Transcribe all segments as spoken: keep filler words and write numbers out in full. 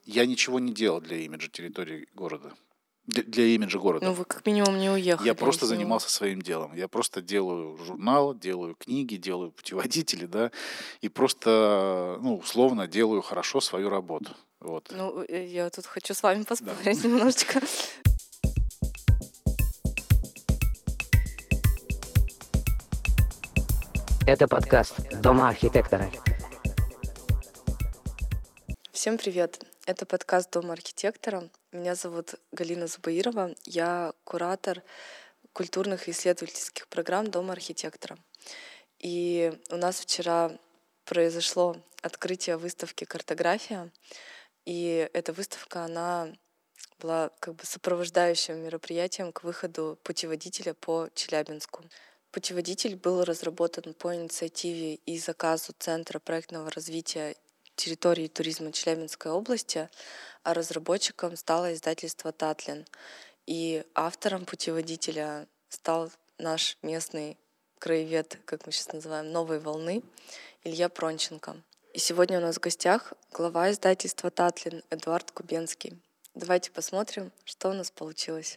я ничего не делал для имиджа территории города. Для, для имиджа города. Ну, вы как минимум не уехали. Я просто из него. занимался своим делом. Я просто делаю журнал, делаю книги, делаю путеводители, да, и просто, ну, условно делаю хорошо свою работу. Вот. Ну, э, я тут хочу с вами поспорить немножечко. Это подкаст «Дома архитектора». Всем привет! Это подкаст «Дом архитектора». Меня зовут Галина Зубаирова. Я куратор культурных и исследовательских программ «Дома архитектора». И у нас вчера произошло открытие выставки «Картография». И эта выставка, она была как бы сопровождающим мероприятием к выходу путеводителя по Челябинску. Путеводитель был разработан по инициативе и заказу Центра проектного развития территории туризма Челябинской области, а разработчиком стало издательство «Татлин». И автором путеводителя стал наш местный краевед, как мы сейчас называем, «Новой волны» Илья Пронченко. И сегодня у нас в гостях глава издательства «Татлин» Эдуард Кубенский. Давайте посмотрим, что у нас получилось.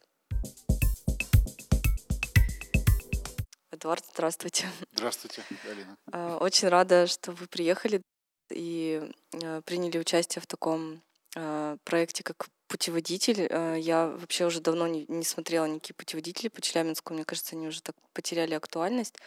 Эдуард, здравствуйте. Здравствуйте, Галина. Очень рада, что вы приехали и приняли участие в таком проекте, как путеводитель. Я вообще уже давно не, не смотрела никакие путеводители по Челябинску. Мне кажется, они уже так потеряли актуальность.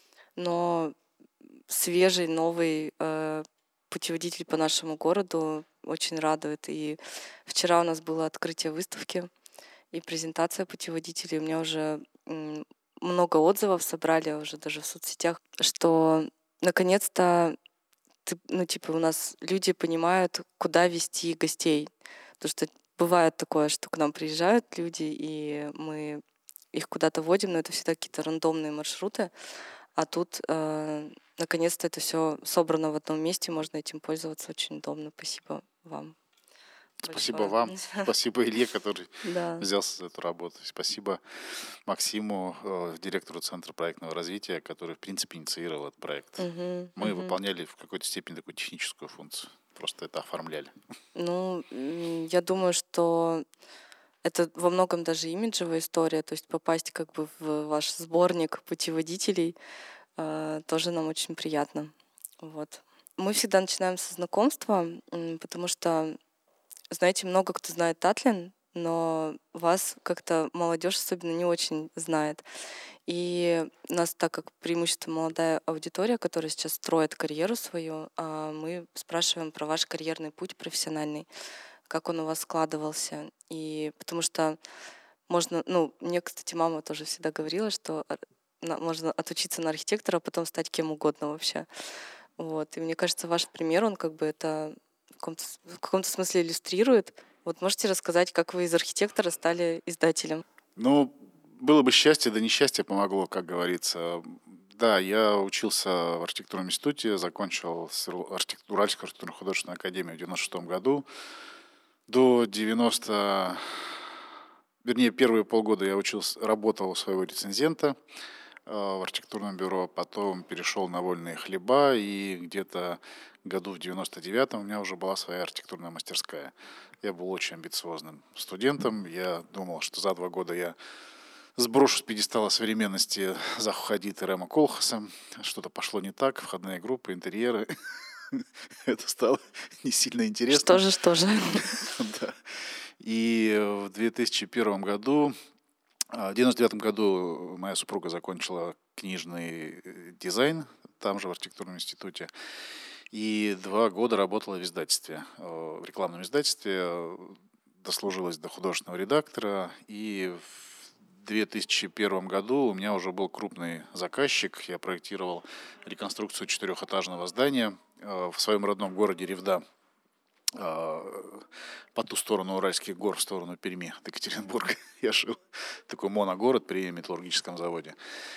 Но свежий, новый э, путеводитель по нашему городу очень радует. И вчера у нас было открытие выставки и презентация путеводителей. У меня уже м, много отзывов собрали уже даже в соцсетях, что наконец-то ну, типа, у нас люди понимают, куда вести гостей. Потому что бывает такое, что к нам приезжают люди, и мы их куда-то водим, но это всегда какие-то рандомные маршруты. А тут э, наконец-то это все собрано в одном месте, можно этим пользоваться очень удобно. Спасибо вам. Спасибо большое. вам, спасибо Илье, который Да. взялся за эту работу. Спасибо Максиму, э, директору Центра проектного развития, который, в принципе, инициировал этот проект. Мгм, Мы мгм. выполняли в какой-то степени такую техническую функцию, просто это оформляли. Ну, м, я думаю, что это во многом даже имиджевая история, то есть попасть как бы в ваш сборник путеводителей э, тоже нам очень приятно. Вот. Мы всегда начинаем со знакомства, м, потому что, знаете, много кто знает Татлин, но вас как-то молодежь особенно не очень знает. И у нас, так как преимущественно молодая аудитория, которая сейчас строит карьеру свою, а мы спрашиваем про ваш карьерный путь профессиональный, как он у вас складывался. И потому что можно, ну, мне, кстати, мама тоже всегда говорила, что ар- на- можно отучиться на архитектора, а потом стать кем угодно вообще. Вот. И мне кажется, ваш пример, он как бы это в каком-то, с- в каком-то смысле иллюстрирует. Вот можете рассказать, как вы из архитектора стали издателем? Ну, было бы счастье, да несчастье помогло, как говорится. Да, я учился в архитектурном институте, закончил с Урал- архитек- Уральскую архитектурно-художественную академию в девяносто шестом году. До девяносто... Вернее, первые полгода я учился, работал у своего рецензента э, в архитектурном бюро, потом перешел на вольные хлеба, и где-то году в девяносто девятом у меня уже была своя архитектурная мастерская. Я был очень амбициозным студентом, я думал, что за два года я сброшу с пьедестала современности Заху Хадид и Рема Колхаса. Что-то пошло не так, входные группы, интерьеры. Это стало не сильно интересно. Что же, что же? Да. И в две тысячи первом году, а, в девяносто девятом году моя супруга закончила книжный э, дизайн, там же в архитектурном институте. И два года работала в издательстве, э, в рекламном издательстве, э, дослужилась до художественного редактора. И в две тысячи первом году у меня уже был крупный заказчик. Я проектировал реконструкцию четырехэтажного здания э, в своем родном городе Ревда, э, по ту сторону Уральских гор, в сторону Перми, от Екатеринбурга. Я жил. Такой моногород при металлургическом заводе.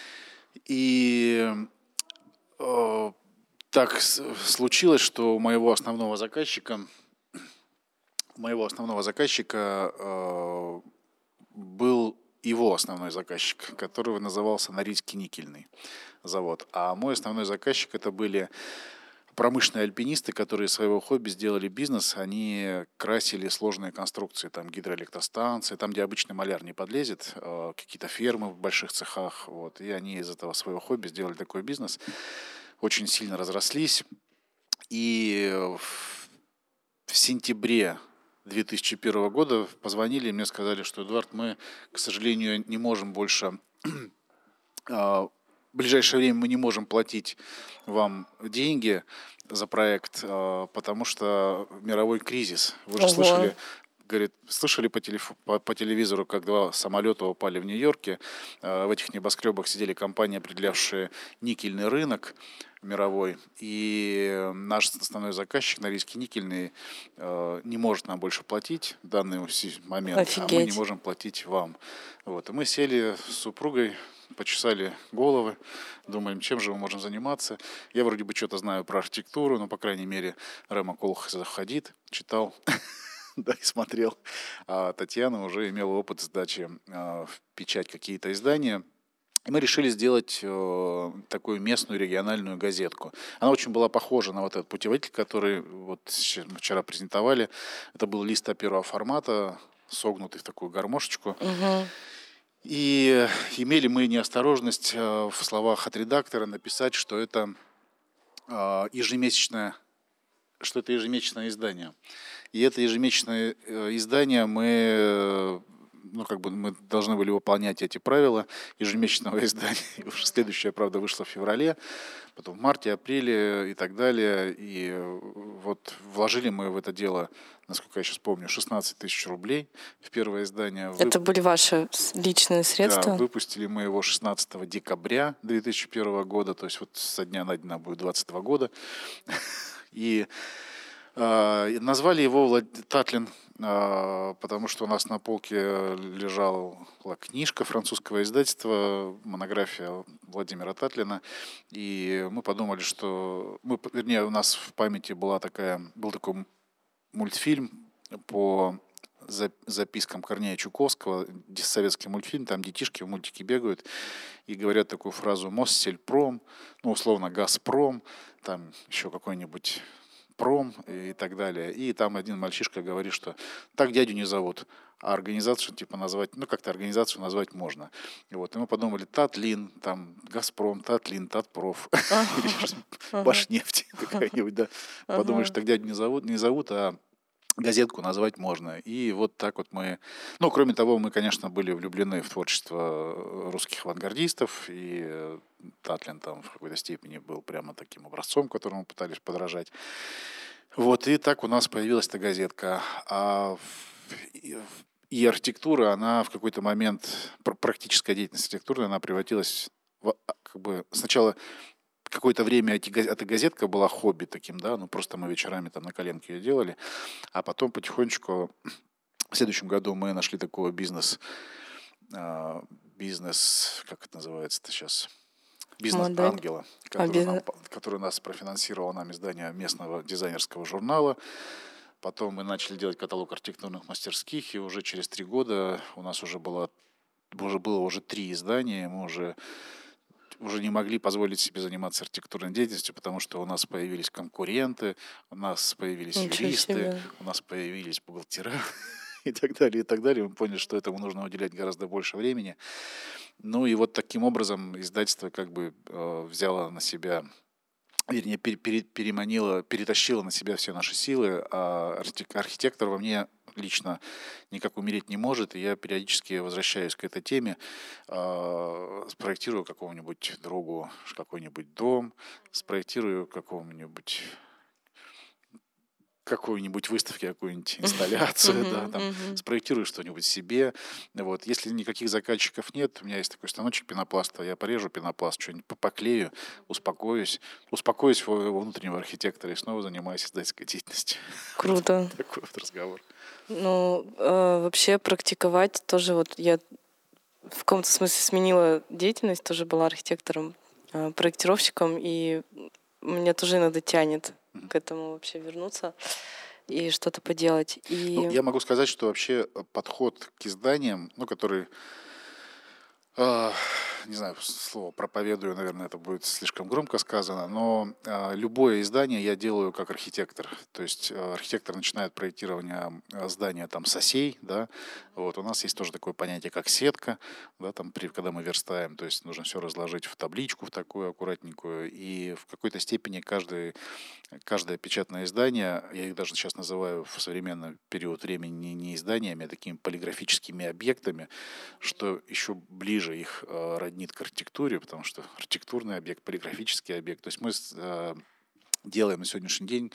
И э, так с- случилось, что у моего основного заказчика, у моего основного заказчика э, был его основной заказчик, который назывался Норильский никельный завод. А мой основной заказчик это были промышленные альпинисты, которые из своего хобби сделали бизнес, они красили сложные конструкции, там гидроэлектростанции, там, где обычный маляр не подлезет, э, какие-то фермы в больших цехах, вот, и они из этого своего хобби сделали такой бизнес, очень сильно разрослись, и в, в сентябре две тысячи первого года позвонили и мне сказали, что, Эдуард, мы, к сожалению, не можем больше... э, В ближайшее время мы не можем платить вам деньги за проект, э, потому что мировой кризис. Вы же Ого. слышали, говорит, слышали по, телефо- по, по телевизору, как два самолета упали в Нью-Йорке. Э, В этих небоскребах сидели компании, определявшие никельный рынок мировой. И наш основной заказчик, Норильский никельный, э, не может нам больше платить в данный си- момент, а мы не Офигеть. можем платить вам. Вот. И мы сели с супругой, почесали головы, думаем, чем же мы можем заниматься. Я вроде бы что-то знаю про архитектуру, но, по крайней мере, Рема Колхас ходит, читал, да, и смотрел. А Татьяна уже имела опыт сдачи э, в печать какие-то издания. И мы решили сделать э, такую местную региональную газетку. Она очень была похожа на вот этот путеводитель, который вот щ- мы вчера презентовали. Это был лист А первого формата, согнутый в такую гармошечку. Мгм. И имели мы неосторожность э, в словах от редактора написать, что это э, ежемесячное, что это ежемесячное издание. И это ежемесячное э, издание мы, э, ну как бы мы должны были выполнять эти правила ежемесячного издания. И уже следующее, правда, вышло в феврале, потом в марте, апреле и так далее. И э, вот вложили мы в это дело, насколько я сейчас помню, шестнадцать тысяч рублей в первое издание. Вы- Это были ваши с- личные да, средства? выпустили мы его шестнадцатого декабря две тысячи первого года, то есть вот со дня на день нам будет двадцать два года. И э, и назвали его Влад- Татлин, э, потому что у нас на полке лежала книжка французского издательства, монография Владимира Татлина. И мы подумали, что... Мы, вернее, у нас в памяти была такая, был такой м- мультфильм по за- запискам Корнея Чуковского, ди- советский мультфильм, там детишки в мультике бегают и говорят такую фразу «Моссельпром», ну, условно, «Газпром», там еще какой-нибудь «Пром» и так далее. И там один мальчишка говорит, что так дядю не зовут, а организацию типа назвать, ну, как-то организацию назвать можно. И вот, и мы подумали, Татлин, там, Газпром, Татлин, Татпроф, или что-то, Ага. Башнефть какая-нибудь, да. Подумали, что Ага. так дядю не зовут, не зовут, а газетку назвать можно. И вот так вот мы... Ну, кроме того, мы, конечно, были влюблены в творчество э, русских авангардистов, и э, Татлин там в какой-то степени был прямо таким образцом, которому пытались подражать. Вот, и так у нас появилась эта газетка. А в- и и архитектура, она в какой-то момент, пр- практическая деятельность архитектуры, она превратилась в, а, как бы, сначала какое-то время эти газ- эта газетка была хобби таким, да, ну просто мы вечерами там на коленке ее делали, а потом потихонечку в следующем году мы нашли такого бизнес, а, бизнес, как это называется-то сейчас, Модель. бизнес-ангела, А, который, нам, бизнес. по- который нас профинансировал нам издание местного дизайнерского журнала. Потом мы начали делать каталог архитектурных мастерских, и уже через три года у нас уже было, уже было уже три издания, мы уже уже не могли позволить себе заниматься архитектурной деятельностью, потому что у нас появились конкуренты, у нас появились Ничего юристы, себе. у нас появились бухгалтера и так далее, и так далее. Мы поняли, что этому нужно уделять гораздо больше времени. Ну и вот таким образом издательство как бы э, взяло на себя, вернее, пере- пере- переманило, перетащило на себя все наши силы, а архитек- архитектор во мне лично никак умереть не может, и я периодически возвращаюсь к этой теме, а, спроектирую какому-нибудь другу какой-нибудь дом, спроектирую какому-нибудь какой-нибудь выставке, какую-нибудь инсталляцию, да, Мгм, там, мгм. спроектирую что-нибудь себе. Вот. Если никаких заказчиков нет, у меня есть такой станочек пенопласта, я порежу пенопласт, что-нибудь по- поклею, успокоюсь, успокоюсь своего внутреннего архитектора и снова занимаюсь издательской деятельностью. Вот Круто. такой вот разговор. Ну, э, вообще практиковать тоже вот я в каком-то смысле сменила деятельность, тоже была архитектором, э, проектировщиком, и меня тоже иногда тянет Мгм. к этому вообще вернуться и что-то поделать. Ну, И я могу сказать, что вообще э, подход к изданиям, ну, который а, не знаю, слово проповедую, наверное, это будет слишком громко сказано, но а, любое издание я делаю как архитектор. То есть а, архитектор начинает проектирование а, здания там с осей, да. Вот у нас есть тоже такое понятие, как сетка, да, там при, когда мы верстаем, то есть нужно все разложить в табличку в такую аккуратненькую, и в какой-то степени каждый, каждое печатное издание, я их даже сейчас называю в современный период времени не, не изданиями, а такими полиграфическими объектами, что еще ближе их э, роднит к архитектуре, потому что архитектурный объект, полиграфический объект. То есть мы э, делаем на сегодняшний день.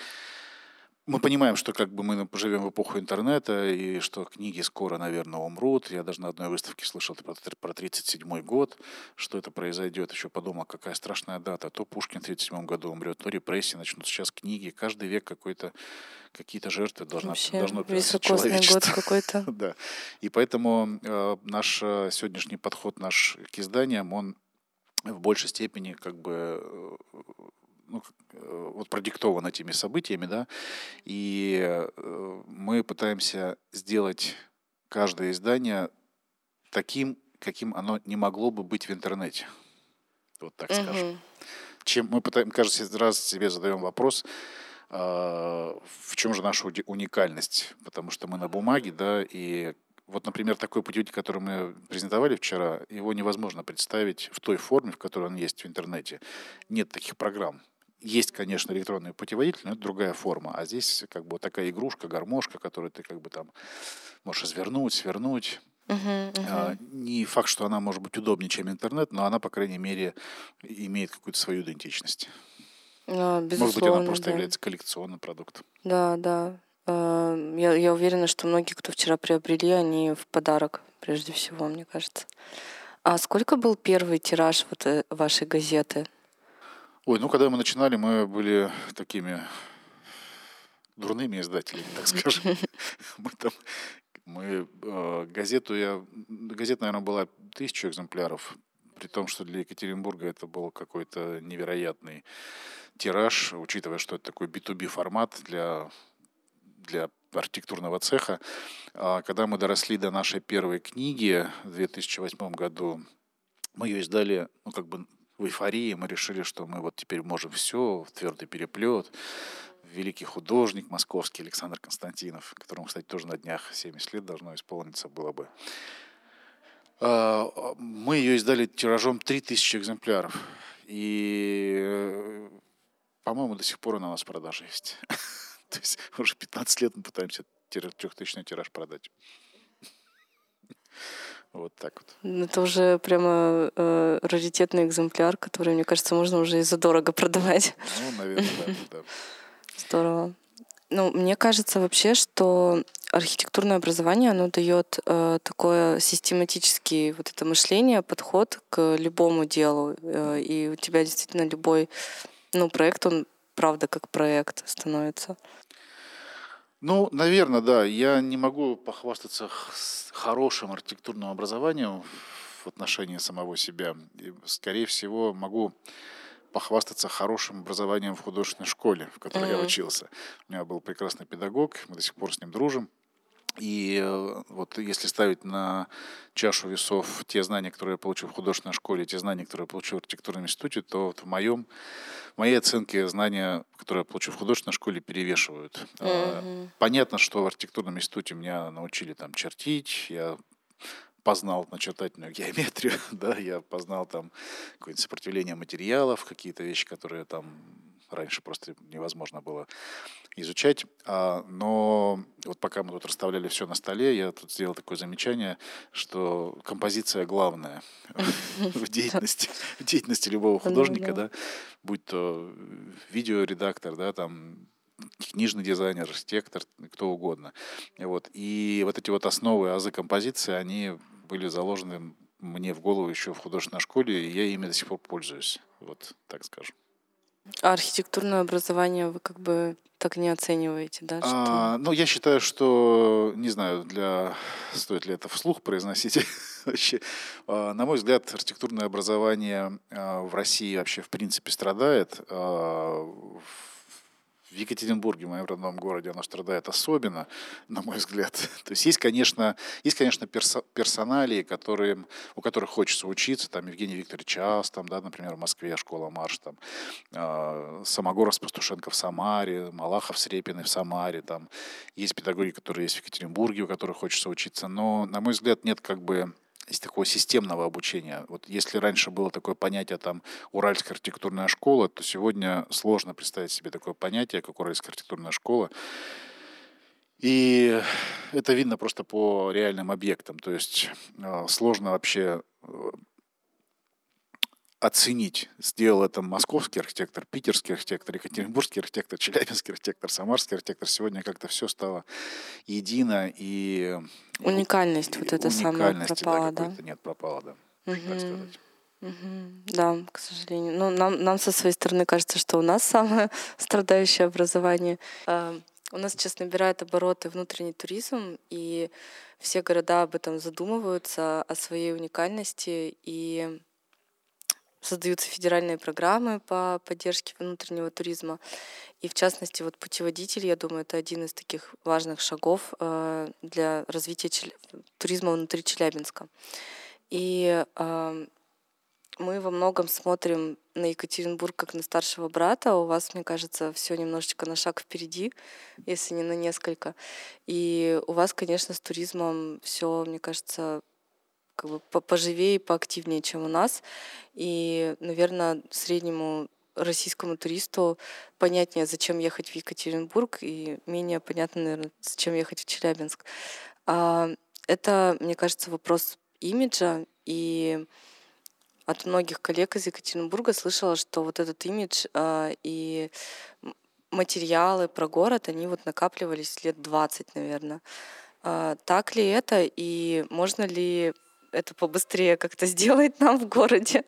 Мы понимаем, что как бы мы живем в эпоху интернета, и что книги скоро, наверное, умрут. Я даже на одной выставке слышал про тридцать седьмой год, что это произойдет. Еще подумал, какая страшная дата. То Пушкин в тридцать седьмом году умрет, то репрессии начнутся. Сейчас книги. Каждый век какой-то, какие-то жертвы должна, Вообще должно приносить високосный год человечество. какой-то. Да. И поэтому э, наш э, сегодняшний подход наш к изданиям, он в большей степени как бы э, ну, э, вот продиктован этими событиями, да, и э, мы пытаемся сделать каждое издание таким, каким оно не могло бы быть в интернете. Вот так скажем. Мгм. Чем мы пытаем, каждый раз себе задаем вопрос, э, в чем же наша уди- уникальность, потому что мы на бумаге, да, и вот, например, такой путеводитель, который мы презентовали вчера, его невозможно представить в той форме, в которой он есть в интернете. Нет таких программ. Есть, конечно, электронный путеводитель, но это другая форма. А здесь как бы вот такая игрушка, гармошка, которую ты как бы там можешь извернуть, свернуть. Мгм, А, мгм. Не факт, что она может быть удобнее, чем интернет, но она, по крайней мере, имеет какую-то свою идентичность. А, Может быть, она Безусловно, просто да. является коллекционным продуктом. Да, да. А, Я, я уверена, что многие, кто вчера приобрели, они в подарок, прежде всего, мне кажется. А сколько был первый тираж вот э, вашей газеты? Ой, ну когда мы начинали, мы были такими дурными издателями, так скажем. Мы там, мы э, газету я, газета, наверное, была тысячу экземпляров, при том, что для Екатеринбурга это был какой-то невероятный тираж, учитывая, что это такой би ту би формат для, для архитектурного цеха. А когда мы доросли до нашей первой книги в две тысячи восьмом году, мы ее издали, ну, как бы в эйфории, мы решили, что мы вот теперь можем все, твердый переплет. Великий художник московский Александр Константинов, которому, кстати, тоже на днях семьдесят лет должно исполниться было бы. А, Мы ее издали тиражом три тысячи экземпляров. И, э, по-моему, до сих пор она у нас в продаже есть. То есть уже пятнадцать лет мы пытаемся тир- трехтысячный тираж продать. Вот так вот. Ну, это уже прямо э, раритетный экземпляр, который, мне кажется, можно уже и задорого продавать. Ну, наверное, да. да. Здорово. Ну, мне кажется вообще, что архитектурное образование, оно дает э, такое систематическое вот это мышление, подход к любому делу. Э, и у тебя действительно любой ну, проект, он правда как проект становится. Ну, наверное, да. Я не могу похвастаться х- с хорошим архитектурным образованием в отношении самого себя. И, скорее всего, могу похвастаться хорошим образованием в художественной школе, в которой я Мгм. учился. У меня был прекрасный педагог, мы до сих пор с ним дружим. И э, вот если ставить на чашу весов те знания, которые я получил в художественной школе, и те знания, которые я получил в архитектурном институте, то вот в моем, в моей оценке знания, которые я получил в художественной школе, перевешивают. А, Мгм. Понятно, что в архитектурном институте меня научили там чертить, я познал начертательную геометрию, да, я познал там какое-нибудь сопротивление материалов, какие-то вещи, которые там раньше просто невозможно было изучать. А, но вот пока мы тут расставляли все на столе, я тут сделал такое замечание, что композиция главная в деятельности, в деятельности любого Да, художника, да. да, будь то видеоредактор, да, там книжный дизайнер, архитектор, кто угодно. Вот. И вот эти вот основы азы композиции, они были заложены мне в голову еще в художественной школе, и я ими до сих пор пользуюсь. Вот так скажем. А архитектурное образование вы как бы так не оцениваете, да, что... А, ну, я считаю, что, не знаю, для стоит ли это вслух произносить вообще. А, на мой взгляд, архитектурное образование а, в России вообще в принципе страдает. А, в- в Екатеринбурге, в моем родном городе, оно страдает особенно, на мой взгляд. То есть есть, конечно, есть, конечно персо- персоналии, которые, у которых хочется учиться, там Евгений Викторович Ас, там, да, например, в Москве школа Марш, там, э, Самогоров Пастушенко в Самаре, Малахов с Репиной в Самаре, там есть педагоги, которые есть в Екатеринбурге, у которых хочется учиться, но, на мой взгляд, нет как бы из такого системного обучения. Вот если раньше было такое понятие, там, Уральская архитектурная школа, то сегодня сложно представить себе такое понятие, как Уральская архитектурная школа. И это видно просто по реальным объектам. То есть э, сложно вообще э, оценить, сделал это московский архитектор, питерский архитектор, екатеринбургский архитектор, челябинский архитектор, самарский архитектор. Сегодня как-то все стало едино, и Уникальность и вот эта самая уникальности, да, пропала, да? какой-то нет, пропала, да, можно так Мгм. сказать. Мгм. Да, к сожалению. Ну, нам, нам со своей стороны кажется, что у нас самое страдающее образование. А, У нас сейчас набирает обороты внутренний туризм, и все города об этом задумываются, о своей уникальности, и создаются федеральные программы по поддержке внутреннего туризма. И в частности, вот путеводитель, я думаю, это один из таких важных шагов э, для развития Челя- туризма внутри Челябинска. И а, мы во многом смотрим на Екатеринбург как на старшего брата. У вас, мне кажется, все немножечко на шаг впереди, если не на несколько. И у вас, конечно, с туризмом все, мне кажется, как бы по- поживее и поактивнее, чем у нас. И, наверное, среднему российскому туристу понятнее, зачем ехать в Екатеринбург, и менее понятно, наверное, зачем ехать в Челябинск. А, Это, мне кажется, вопрос имиджа, и от многих коллег из Екатеринбурга слышала, что вот этот имидж а, и м- материалы про город, они вот накапливались лет двадцать, наверное. Так ли это, и можно ли это побыстрее как-то сделать нам в городе?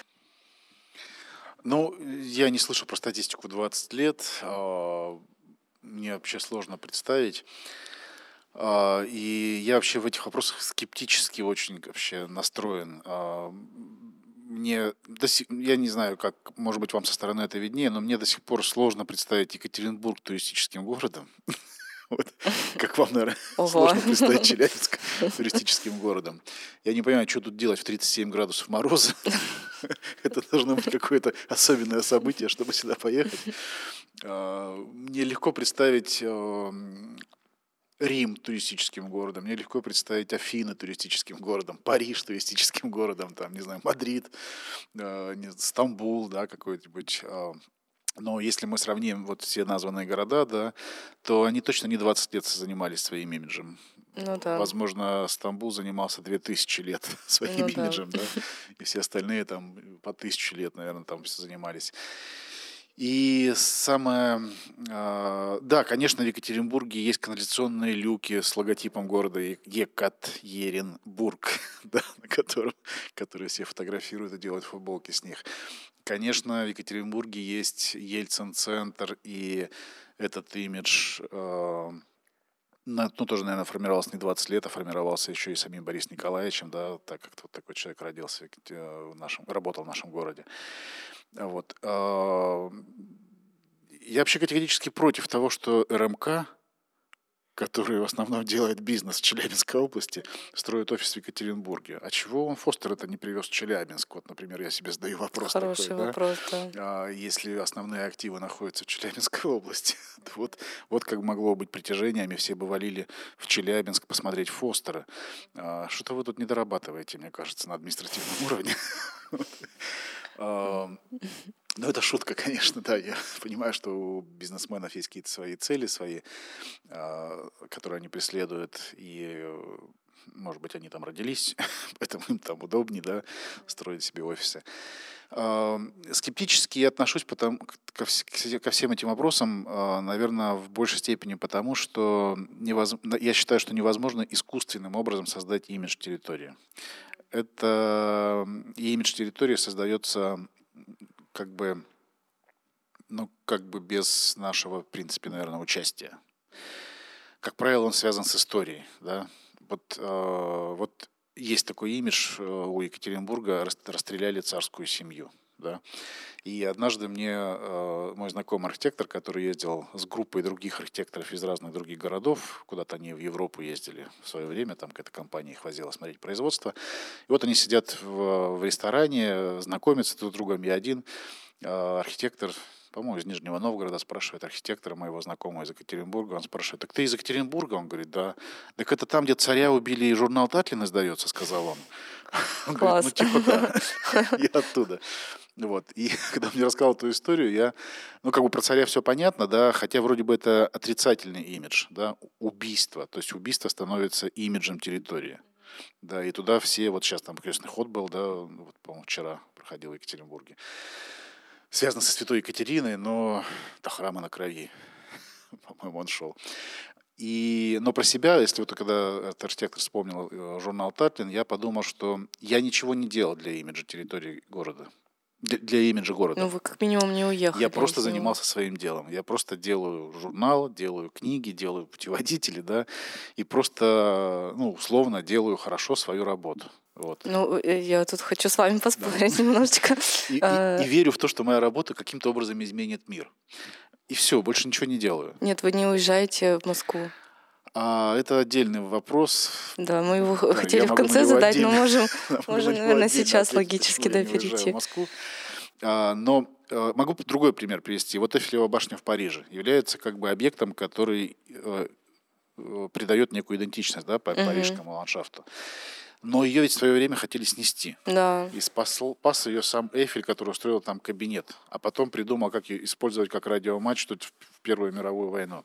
Ну, я не слышу про статистику двадцать лет. а, Мне вообще сложно представить. А, И я вообще в этих вопросах скептически очень вообще настроен. А, Мне до сих- я не знаю, как, может быть, вам со стороны это виднее, но мне до сих пор сложно представить Екатеринбург туристическим городом. Вот. Как вам, наверное, Ого. сложно представить Челябинск туристическим городом. Я не понимаю, что тут делать в тридцать семь градусов мороза. Это должно быть какое-то особенное событие, чтобы сюда поехать. А, Мне легко представить эм, Рим туристическим городом, мне легко представить Афины туристическим городом, Париж туристическим городом, там, не знаю, Мадрид, э, не з- Стамбул, да, какой-нибудь. а. Но если мы сравним вот все названные города, да, то они точно не двадцать лет занимались своим имиджем. Ну да, Возможно, Стамбул занимался две тысячи лет своим ну да. имиджем, да, и все остальные там по тысячу лет, наверное, там все занимались. И самое, а, да, конечно, в Екатеринбурге есть канализационные люки с логотипом города Е- Екатеринбург, да, на котором, которые все фотографируют и делают футболки с них. Конечно, в Екатеринбурге есть Ельцин-центр, и этот имидж, э, на- ну, тоже, наверное, формировался не двадцать лет, а формировался еще и самим Борисом Николаевичем, да, так как вот такой человек родился в Екате- э, в нашем, работал в нашем городе. А Вот. а, Я вообще категорически против того, что РМК, который в основном делает бизнес в Челябинской области, строит офис в Екатеринбурге. А чего он Фостер это не привез в Челябинск? Вот, например, я себе задаю вопрос такой, Хороший да? вопрос, да. А если основные активы находятся в Челябинской области, то вот, вот как могло быть притяжениями, все бы валили в Челябинск посмотреть Фостера. А, Что-то вы тут не дорабатываете, мне кажется, на административном уровне. А, Ну, это шутка, конечно, да. Я понимаю, что у бизнесменов есть какие-то свои цели, свои, а, которые они преследуют, и, э, может быть, они там родились, поэтому им там удобнее, да, строить себе офисы. А, Скептически я отношусь потому, к- ко, вс- к се- ко всем этим вопросам, наверное, в большей степени потому, что невоз- на- я считаю, что невозможно искусственным образом создать имидж территории. Это м, и имидж территории создается как бы, ну, как бы без нашего, в принципе, наверное, участия. Как правило, он связан с историей, да. Вот, э, вот есть такой имидж э, у Екатеринбурга: рас- расстреляли царскую семью, Да? И однажды мне э, мой знакомый архитектор, который ездил с группой других архитекторов из разных других городов, куда-то они в Европу ездили в свое время, там какая-то компания их возила смотреть производство. И вот они сидят в, в ресторане, знакомятся друг с другом. Я один э, архитектор, по-моему, из Нижнего Новгорода, спрашивает архитектора, моего знакомого из Екатеринбурга. Он спрашивает: так ты из Екатеринбурга? Он говорит: да. Так это там, где царя убили, и журнал Татлин издается, сказал он. Он говорит: ну Класс. типа да, я оттуда. Вот. И когда он мне рассказал эту историю, я, ну, как бы про царя все понятно, да, хотя вроде бы это отрицательный имидж, да, убийство. То есть убийство становится имиджем территории. Да, и туда все, вот сейчас там крестный ход был, да, вот, по-моему, вчера проходил в Екатеринбурге. Связано со святой Екатериной, но до храма на крови, по-моему, он шел. И, но про себя, если вот когда этот архитектор вспомнил э, журнал Татлин, я подумал, что я ничего не делал для имиджа территории города. Для, для имиджа города. Ну, вы как минимум не уехали. Я просто из него. занимался своим делом. Я просто делаю журнал, делаю книги, делаю путеводители, да, и просто, ну, условно делаю хорошо свою работу. Вот. Ну, э, я тут хочу с вами поспорить Да. немножечко. И, А, и, и верю в то, что моя работа каким-то образом изменит мир. И все, больше ничего не делаю. Нет, вы не уезжаете в Москву. А это отдельный вопрос. Да, мы его Да, хотели я в могу конце на него задать, но отдельно- можем, могу на можем, него наверное, отдельно сейчас ответить, логически почему я да, не уезжаю в перейти. Москву. А, Но э, могу другой пример привести. Вот Эйфелева башня в Париже является как бы объектом, который э, э, придает некую идентичность, да, по Мгм. парижскому ландшафту. Но ее ведь в свое время хотели снести. Да. И спасл, спас ее сам Эйфель, который устроил там кабинет, а потом придумал, как ее использовать как радиомач тут в в Первую мировую войну.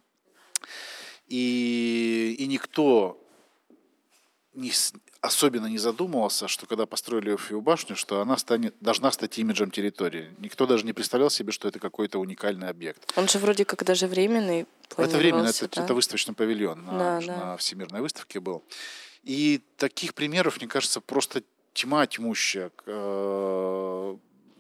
И, и никто не с- особенно не задумывался, что когда построили Эйфелеву башню, что она станет, должна стать имиджем территории. Никто даже не представлял себе, что это какой-то уникальный объект. Он же вроде как даже временный Это временно, планировался, это, да? это выставочный павильон на, Да, ж- да. на Всемирной выставке был. И таких примеров, мне кажется, просто тьма тьмущая. К- э,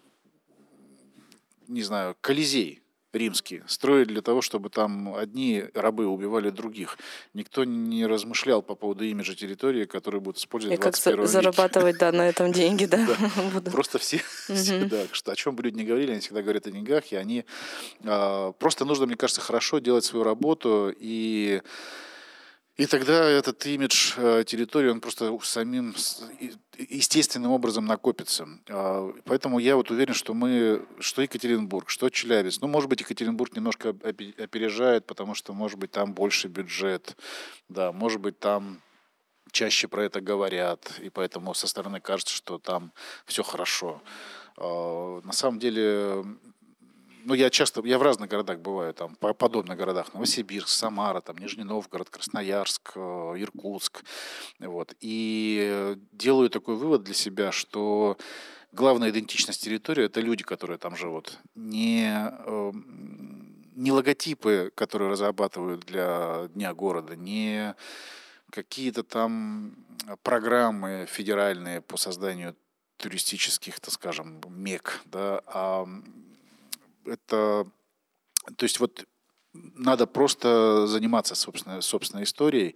Не знаю, Колизей римский строили для того, чтобы там одни рабы убивали других. Никто не размышлял по поводу имиджа территории, который будут использовать И в как двадцать за- первом веке. зарабатывать, да, на этом деньги, да, Да. буду. Просто все, все, Мгм. да, что, о чем бы люди ни говорили, они всегда говорят о деньгах, и они а, просто нужно, мне кажется, хорошо делать свою работу, и, и тогда этот имидж э, территории, он просто самим с- и- естественным образом накопится. А, Поэтому я вот уверен, что мы, что Екатеринбург, что Челябинск, ну, может быть, Екатеринбург немножко опе- опережает, потому что, может быть, там больше бюджет, да, может быть, там чаще про это говорят, и поэтому со стороны кажется, что там все хорошо. А, На самом деле, ну, я часто, я в разных городах бываю, там, по подобных городах, Новосибирск, Самара, там, Нижний Новгород, Красноярск, э, Иркутск, вот, и э, делаю такой вывод для себя, что главная идентичность территории — это люди, которые там живут, не, э, не логотипы, которые разрабатывают для Дня города, не какие-то там программы федеральные по созданию туристических, так скажем, мек, да, а это, то есть вот надо просто заниматься собственной, собственной историей.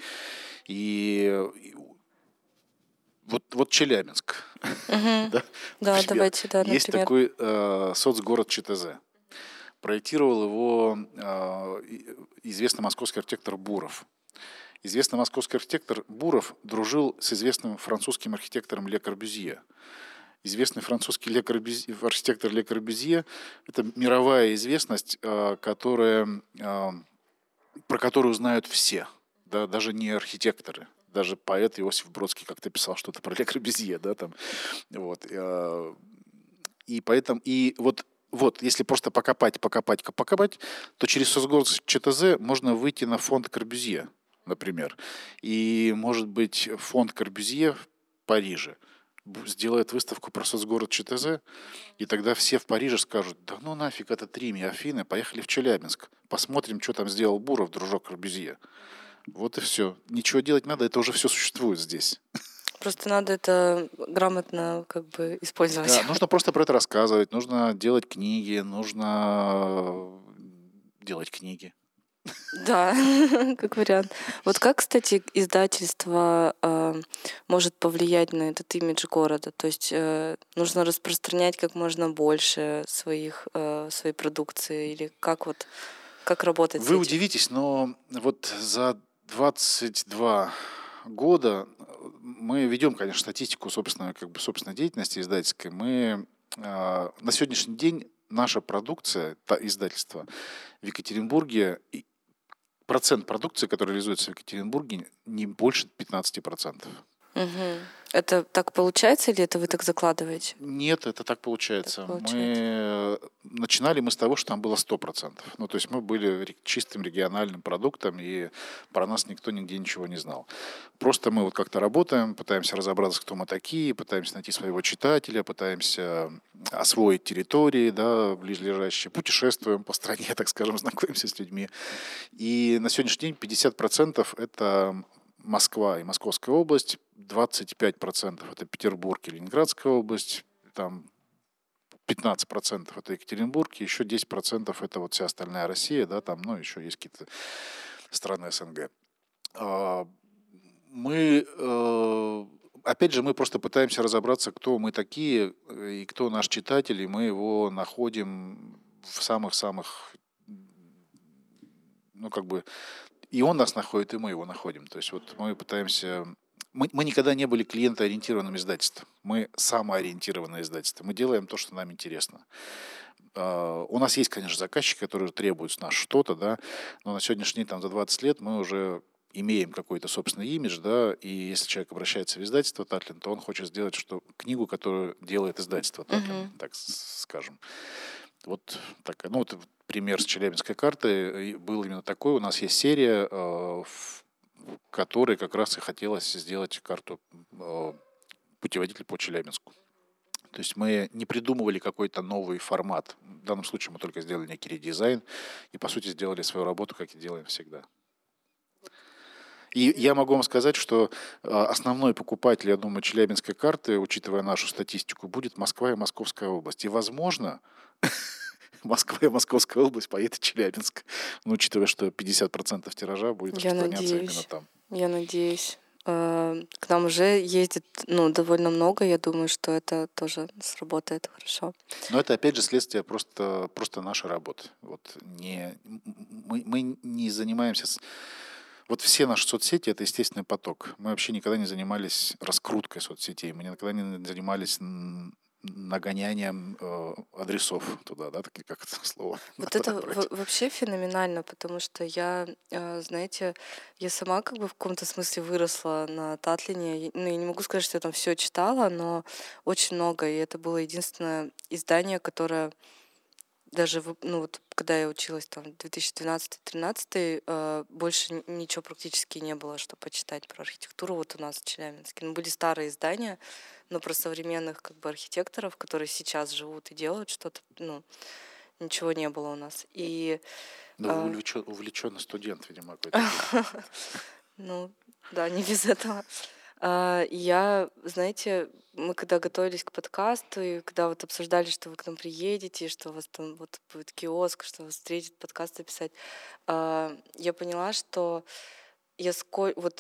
И, и вот, вот Челябинск, Мгм. да, Да, например, давайте, да, есть например. такой э, соцгород ЧТЗ. Проектировал его э, и- известный московский архитектор Буров. Известный московский архитектор Буров дружил с известным французским архитектором Ле Корбюзье. Известный французский Ле Корбюзье, архитектор Ле Корбюзье — это мировая известность, э, которая, э, про которую знают все, да, даже не архитекторы. Даже поэт Иосиф Бродский как-то писал что-то про Ле Корбюзье, да, там, вот. э, И поэтому, и вот, вот, если просто покопать, покопать, покопать, то через соцгород ЧТЗ можно выйти на фонд Корбюзье, например. И, может быть, фонд Корбюзье в Париже бу- сделает выставку про соцгород ЧТЗ, и тогда все в Париже скажут: да ну нафиг этот Рим и Афины, поехали в Челябинск, посмотрим, что там сделал Буров, дружок Корбюзье. Вот и все. Ничего делать не надо, это уже все существует здесь. Просто надо это грамотно как бы использовать. Да, нужно просто про это рассказывать, нужно делать книги, нужно делать книги. Да, как вариант. Вот как, кстати, издательство э, может повлиять на этот имидж города? То есть э, нужно распространять как можно больше своих, э, своей продукции или как вот как работать с Вы этим? удивитесь, но вот за двадцать два года мы ведем, конечно, статистику собственной, как бы, собственной деятельности издательской. Мы а, на сегодняшний день наша продукция, та- издательство в Екатеринбурге, и процент продукции, который реализуется в Екатеринбурге, не больше пятнадцати процентов. Мгм. Это так получается или это вы так закладываете? Нет, это так Так получается. получается. Мы начинали мы с того, что там было сто процентов. Ну, то есть мы были ре- чистым региональным продуктом, и про нас никто нигде ничего не знал. Просто мы вот как-то работаем, пытаемся разобраться, кто мы такие, пытаемся найти своего читателя, пытаемся освоить территории, да, близлежащие, путешествуем по стране, так скажем, знакомимся с людьми. И на сегодняшний день пятьдесят процентов это Москва и Московская область, двадцать пять процентов это Петербург и Ленинградская область, там пятнадцать процентов это Екатеринбург, и еще десять процентов это вот вся остальная Россия, да, там, ну, еще есть какие-то страны СНГ. А, Мы, э, опять же, мы просто пытаемся разобраться, кто мы такие э, и кто наш читатель, и мы его находим в самых-самых, ну, как бы, и он нас находит, и мы его находим. То есть вот мы пытаемся... Мы, мы никогда не были клиентоориентированным издательством. Мы самоориентированное издательство. Мы делаем то, что нам интересно. А, У нас есть, конечно, заказчики, которые требуют с нас что-то, да, но на сегодняшний день, там, за двадцать лет мы уже имеем какой-то собственный имидж, да, и если человек обращается в издательство Татлин, то он хочет сделать что, книгу, которую делает издательство Татлин, Мгм. так с- скажем. Вот такая, ну вот пример с Челябинской карты и был именно такой. У нас есть серия, э, в которой как раз и хотелось сделать карту э, путеводитель по Челябинску. То есть мы не придумывали какой-то новый формат. В данном случае мы только сделали некий редизайн и, по сути, сделали свою работу, как и делаем всегда. И я могу вам сказать, что э, основной покупатель, я думаю, Челябинской карты, учитывая нашу статистику, будет Москва и Московская область. И, возможно, Москва и Московская область поедет в Челябинск. Но учитывая, что пятьдесят процентов тиража будет Я распространяться именно надеюсь. там. Я надеюсь. Э, К нам уже ездит, ну, довольно много. Я думаю, что это тоже сработает хорошо. Но это, опять же, следствие просто, просто нашей работы. Вот не, мы, мы не занимаемся... С... Вот все наши соцсети — это естественный поток. Мы вообще никогда не занимались раскруткой соцсетей. Мы никогда не занимались н- нагонянием э, адресов туда, да, так как это слово Вот надо это подобрать. во- вообще феноменально, потому что я, э, знаете, я сама как бы в каком-то смысле выросла на Татлине. И, Ну, я не могу сказать, что я там все читала, но очень много. И это было единственное издание, которое даже, в- ну вот, когда я училась там две тысячи двенадцатый-тринадцатый, э, больше н- ничего практически не было, что почитать про архитектуру вот у нас в Челябинске. Ну, были старые издания, но про современных как бы архитекторов, которые сейчас живут и делают что-то, ну, ничего не было у нас. И Ну, вы а, увлечен- увлеченный студент, видимо, какой-то был. ну, да, не без этого. А, и я, знаете, мы когда готовились к подкасту, и когда вот обсуждали, что вы к нам приедете, и что у вас там вот будет киоск, что вас встретит, подкаст записать, а, я поняла, что я ско... вот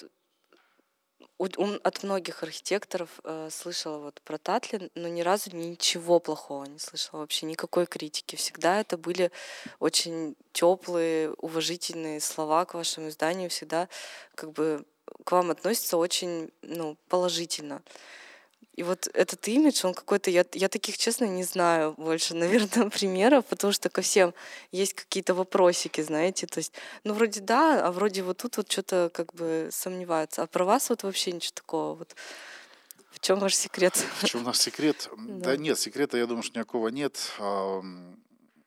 у- у- от многих архитекторов э, слышала вот про Татлин, но ни разу ничего плохого не слышала, вообще никакой критики. Всегда это были очень теплые, уважительные слова к вашему изданию, всегда как бы к вам относятся очень, ну, положительно. И вот этот имидж, он какой-то, я, я таких, честно, не знаю больше, наверное, примеров, потому что ко всем есть какие-то вопросики, знаете, то есть, ну, вроде да, а вроде вот тут вот что-то как бы сомневаются. А про вас вот вообще ничего такого. Вот в чем ваш секрет? В чем у нас секрет? Да Да. нет, секрета, я думаю, что никакого нет. Ам,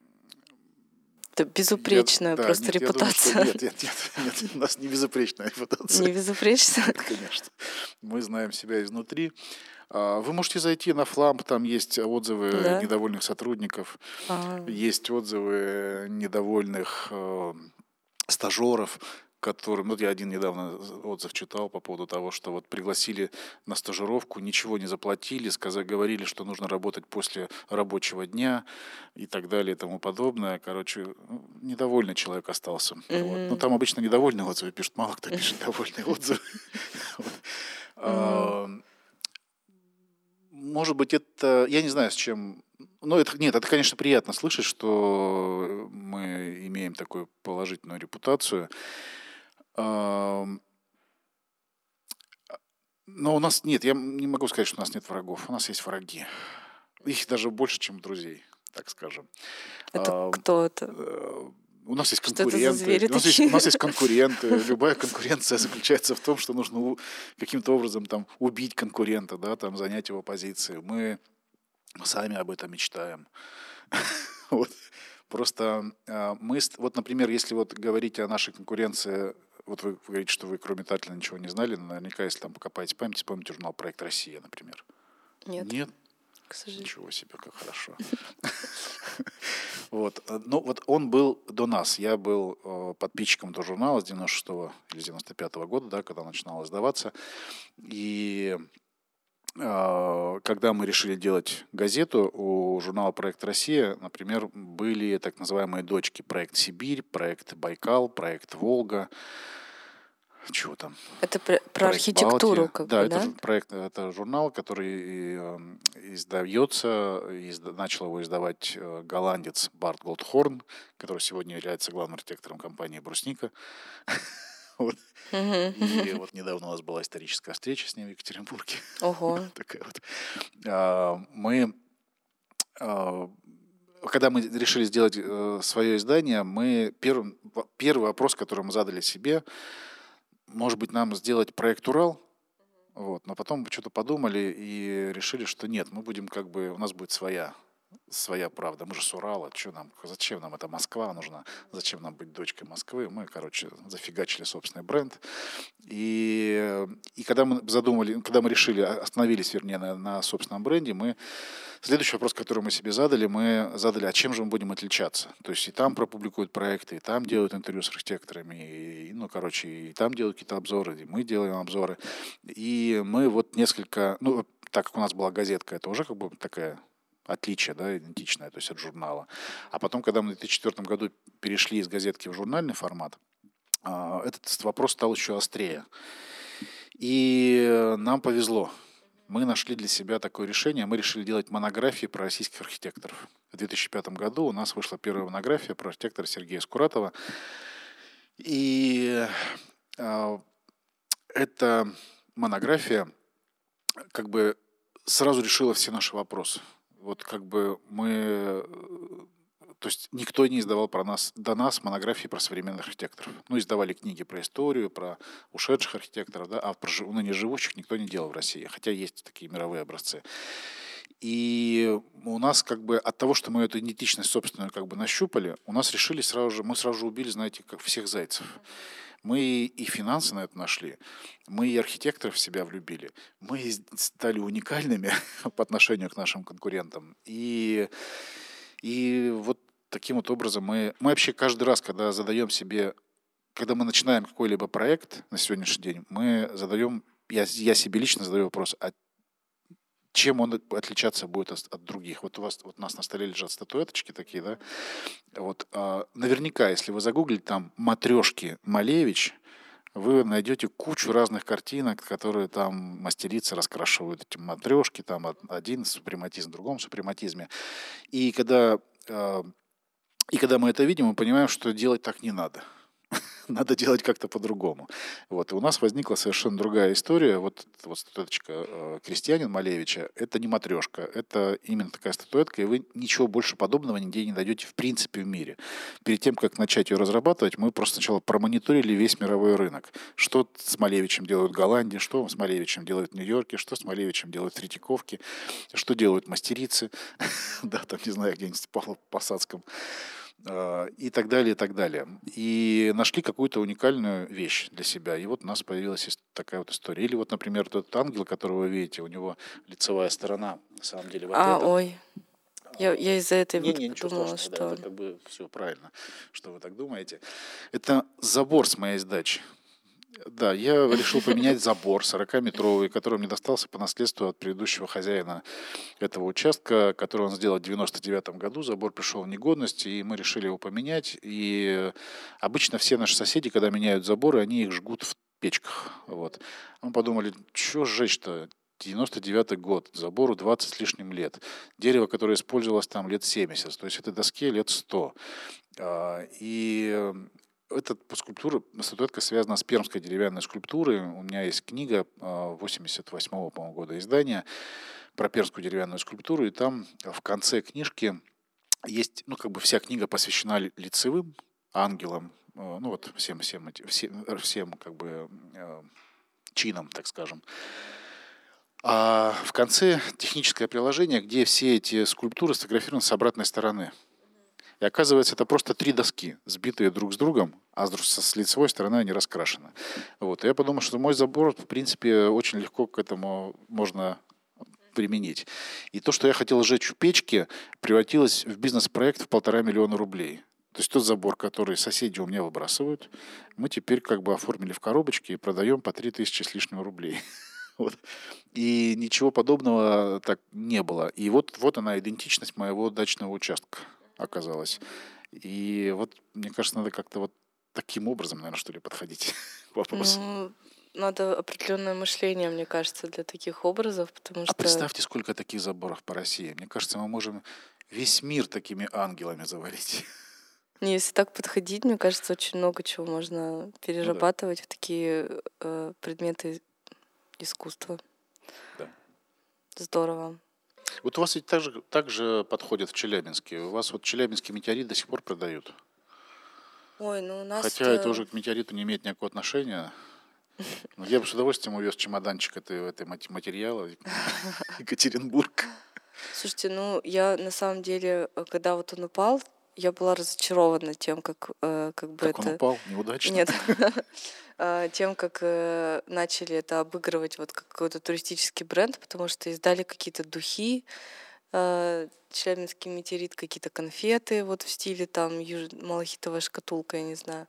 Это Я, безупречная да, просто нет, я думаю, что репутация. нет, нет, нет, нет, у нас не безупречная репутация. Не безупречная? Нет, конечно. Мы знаем себя изнутри. А, Вы можете зайти на Фламп, там есть отзывы Да? недовольных сотрудников, А, есть отзывы недовольных э, стажеров. которым, вот я один недавно отзыв читал по поводу того, что вот пригласили на стажировку, ничего не заплатили, сказали, говорили, что нужно работать после рабочего дня и так далее и тому подобное. Короче, ну, недовольный человек остался. Вот. Но Мгм. там обычно недовольные отзывы пишут, мало кто пишет довольные отзывы. Вот. Мгм. А, Может быть, это, я не знаю, с чем. Ну, это, нет, это, конечно, приятно слышать, что мы имеем такую положительную репутацию. Ам, Но у нас нет, я не могу сказать, что у нас нет врагов. У нас есть враги. Их даже больше, чем друзей, так скажем. Это Ам, кто это? э, У нас есть Что это за конкуренты. звери У нас есть, у такие? нас есть конкуренты. Любая конкуренция заключается в том, что нужно у- каким-то образом там убить конкурента, да, там занять его позиции. Мы сами об этом мечтаем. Вот. Просто а, мы, ст- вот, например, если вот говорить о нашей конкуренции, вот вы говорите, что вы кроме Татлина ничего не знали, но наверняка, если там покопаете память, вспомните журнал «Проект Россия», например. Нет, Нет? к сожалению. Ничего себе, как хорошо. Вот. э, Ну, вот он был до нас. Я был э, подписчиком этого журнала с девяносто шестого или с девяносто пятого года, да, когда начинал издаваться. И а, когда мы решили делать газету, у журнала «Проект Россия», например, были так называемые дочки. Проект «Сибирь», проект «Байкал», проект «Волга». Чего там? Это про, про Проект архитектуру, «Балтия». как Да, бы, это да? жу- проект, это журнал, который э, издается, изда- начал его издавать э, голландец Барт Голдхорн, который сегодня является главным архитектором компании «Брусника». Вот. И Мгм. вот недавно у нас была историческая встреча с ним в Екатеринбурге. Ого. Такая вот. А, Мы а, когда мы решили сделать э, свое издание, мы первым, во- первый вопрос, который мы задали себе, может быть, нам сделать проект «Урал», вот, но потом что-то подумали и решили, что нет, мы будем как бы, у нас будет своя, своя правда. Мы же с Урала, что нам, зачем нам эта Москва нужна, зачем нам быть дочкой Москвы? Мы, короче, зафигачили собственный бренд. И, и когда мы задумали, когда мы решили, а, остановились, вернее, на, на собственном бренде, мы следующий вопрос, который мы себе задали, мы задали, а чем же мы будем отличаться? То есть и там пропубликуют проекты, и там делают интервью с архитекторами, и, ну, короче, и там делают какие-то обзоры, и мы делаем обзоры. И мы вот несколько, ну, так как у нас была газетка, это уже как бы такая отличие, да, идентичное, то есть от журнала. А потом, когда мы в две тысячи четвёртом году перешли из газетки в журнальный формат, а, этот вопрос стал еще острее. И э, нам повезло. Мы нашли для себя такое решение. Мы решили делать монографии про российских архитекторов. В две тысячи пятом году у нас вышла первая монография про архитектора Сергея Скуратова. И а, эта монография как бы сразу решила все наши вопросы. Вот как бы мы... э, То есть никто не издавал про нас, до нас монографии про современных архитекторов. Ну, издавали книги про историю, про ушедших архитекторов, да, а про жи- ныне живущих никто не делал в России. Хотя есть такие мировые образцы. И у нас как бы от того, что мы эту идентичность собственную как бы нащупали, у нас решили сразу же, мы сразу же убили, знаете, как всех зайцев. Мы и финансы на это нашли, мы и архитекторов в себя влюбили, мы и стали уникальными по отношению к нашим конкурентам. И, и вот таким вот образом мы, мы вообще каждый раз, когда задаем себе, когда мы начинаем какой-либо проект на сегодняшний день, мы задаем, я, я себе лично задаю вопрос, а чем он отличаться будет от, от других? Вот у вас, вот у нас на столе лежат статуэточки такие, да? Вот а, наверняка, если вы загуглите там матрешки Малевич, вы найдете кучу разных картинок, которые там мастерицы раскрашивают эти матрешки, там од- один супрематизм, другом супрематизме. И когда, а, и когда мы это видим, мы понимаем, что делать так не надо. Надо делать как-то по-другому. Вот. И у нас возникла совершенно другая история. Вот, эта вот статуэточка э, «Крестьянин» Малевича, это не матрешка, это именно такая статуэтка, и вы ничего больше подобного нигде не найдете в принципе в мире. Перед тем, как начать ее разрабатывать, мы просто сначала промониторили весь мировой рынок. Что с Малевичем делают в Голландии, что с Малевичем делают в Нью-Йорке, что с Малевичем делают в Третьяковке, что делают мастерицы, да, там, не знаю, где-нибудь в Павлово-Посадском, а, и так далее, и так далее. И нашли какую-то уникальную вещь для себя. И вот у нас появилась ис- такая вот история. Или вот, например, тот ангел, которого вы видите, у него лицевая сторона, на самом деле, вот А, эта. ой. Я, я из-за этой Не, вот не, ничего подумала, страшного, да, что... это как бы все правильно, что вы так думаете. Это забор с моей сдачи. Да, я решил поменять забор сорокаметровый, который мне достался по наследству от предыдущего хозяина этого участка, который он сделал в девяносто девятом году. Забор пришел в негодность, и мы решили его поменять. И обычно все наши соседи, когда меняют заборы, они их жгут в печках. Вот. Мы подумали, что сжечь-то? девяносто девятый год, забору двадцать с лишним лет. Дерево, которое использовалось там лет семьдесят, то есть этой доске лет сто. А, И эта скульптура, статуэтка связана с пермской деревянной скульптурой. У меня есть книга а, восемьдесят восьмого, по-моему, года издания про пермскую деревянную скульптуру, и там в конце книжки есть, ну, как бы вся книга посвящена ли- лицевым ангелам, э, ну, вот всем, всем, эти- всем, э, всем как бы э, чинам, так скажем. А в конце техническое приложение, где все эти скульптуры сфотографированы с обратной стороны. И оказывается, это просто три доски, сбитые друг с другом, а с друг- со- с лицевой стороны они раскрашены. Вот. И я подумал, что мой забор, в принципе, очень легко к этому можно применить. И то, что я хотел сжечь в печке, превратилось в бизнес-проект в полтора миллиона рублей. То есть тот забор, который соседи у меня выбрасывают, мы теперь как бы оформили в коробочке и продаем по три тысячи с лишним рублей. Вот. И ничего подобного так не было. И вот, вот она, идентичность моего дачного участка оказалась. И вот, мне кажется, надо как-то вот таким образом, наверное, что ли, подходить к вопросу. Ну, надо определенное мышление, мне кажется, для таких образов, потому А что... представьте, сколько таких заборов по России. Мне кажется, мы можем весь мир такими ангелами завалить. Не, если так подходить, мне кажется, очень много чего можно Ну да, перерабатывать в такие э, предметы искусства. да. Здорово. Вот у вас ведь так же, так же подходят в Челябинске. У вас вот челябинский метеорит до сих пор продают. Ой, ну у нас Хотя это это... уже к метеориту не имеет никакого отношения. Но я бы с удовольствием увез чемоданчик этой, этой мати- материала в Екатеринбург. Слушайте, ну я на самом деле, э, когда вот он упал, я была разочарована тем, как, э, как бы Как он это... упал, неудачно. Нет, а, тем, как э, начали это обыгрывать вот как какой-то туристический бренд, потому что издали какие-то духи, э, Челябинский метеорит, какие-то конфеты вот в стиле там юж- малахитовая шкатулка, я не знаю.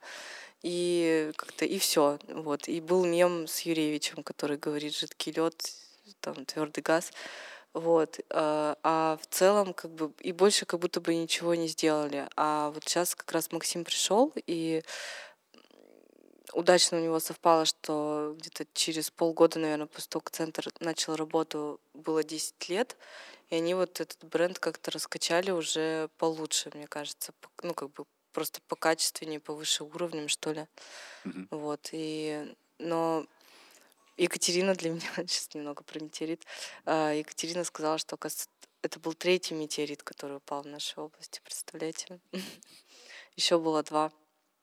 И как-то и все. Вот. И был мем с Юревичем, который говорит жидкий лед, там твердый газ. Вот. А а в целом, как бы, и больше как будто бы ничего не сделали. А вот сейчас как раз Максим пришел, и удачно у него совпало, что где-то через полгода, наверное, после того, как центр начал работу, было десять лет, и они вот этот бренд как-то раскачали уже получше, мне кажется, по- ну, как бы просто покачественнее, повыше уровнем, что ли. Мгм. Вот, и... Но Екатерина для меня, сейчас немного про метеорит, а, Екатерина сказала, что, оказывается, это был третий метеорит, который упал в нашей области, представляете? Еще было два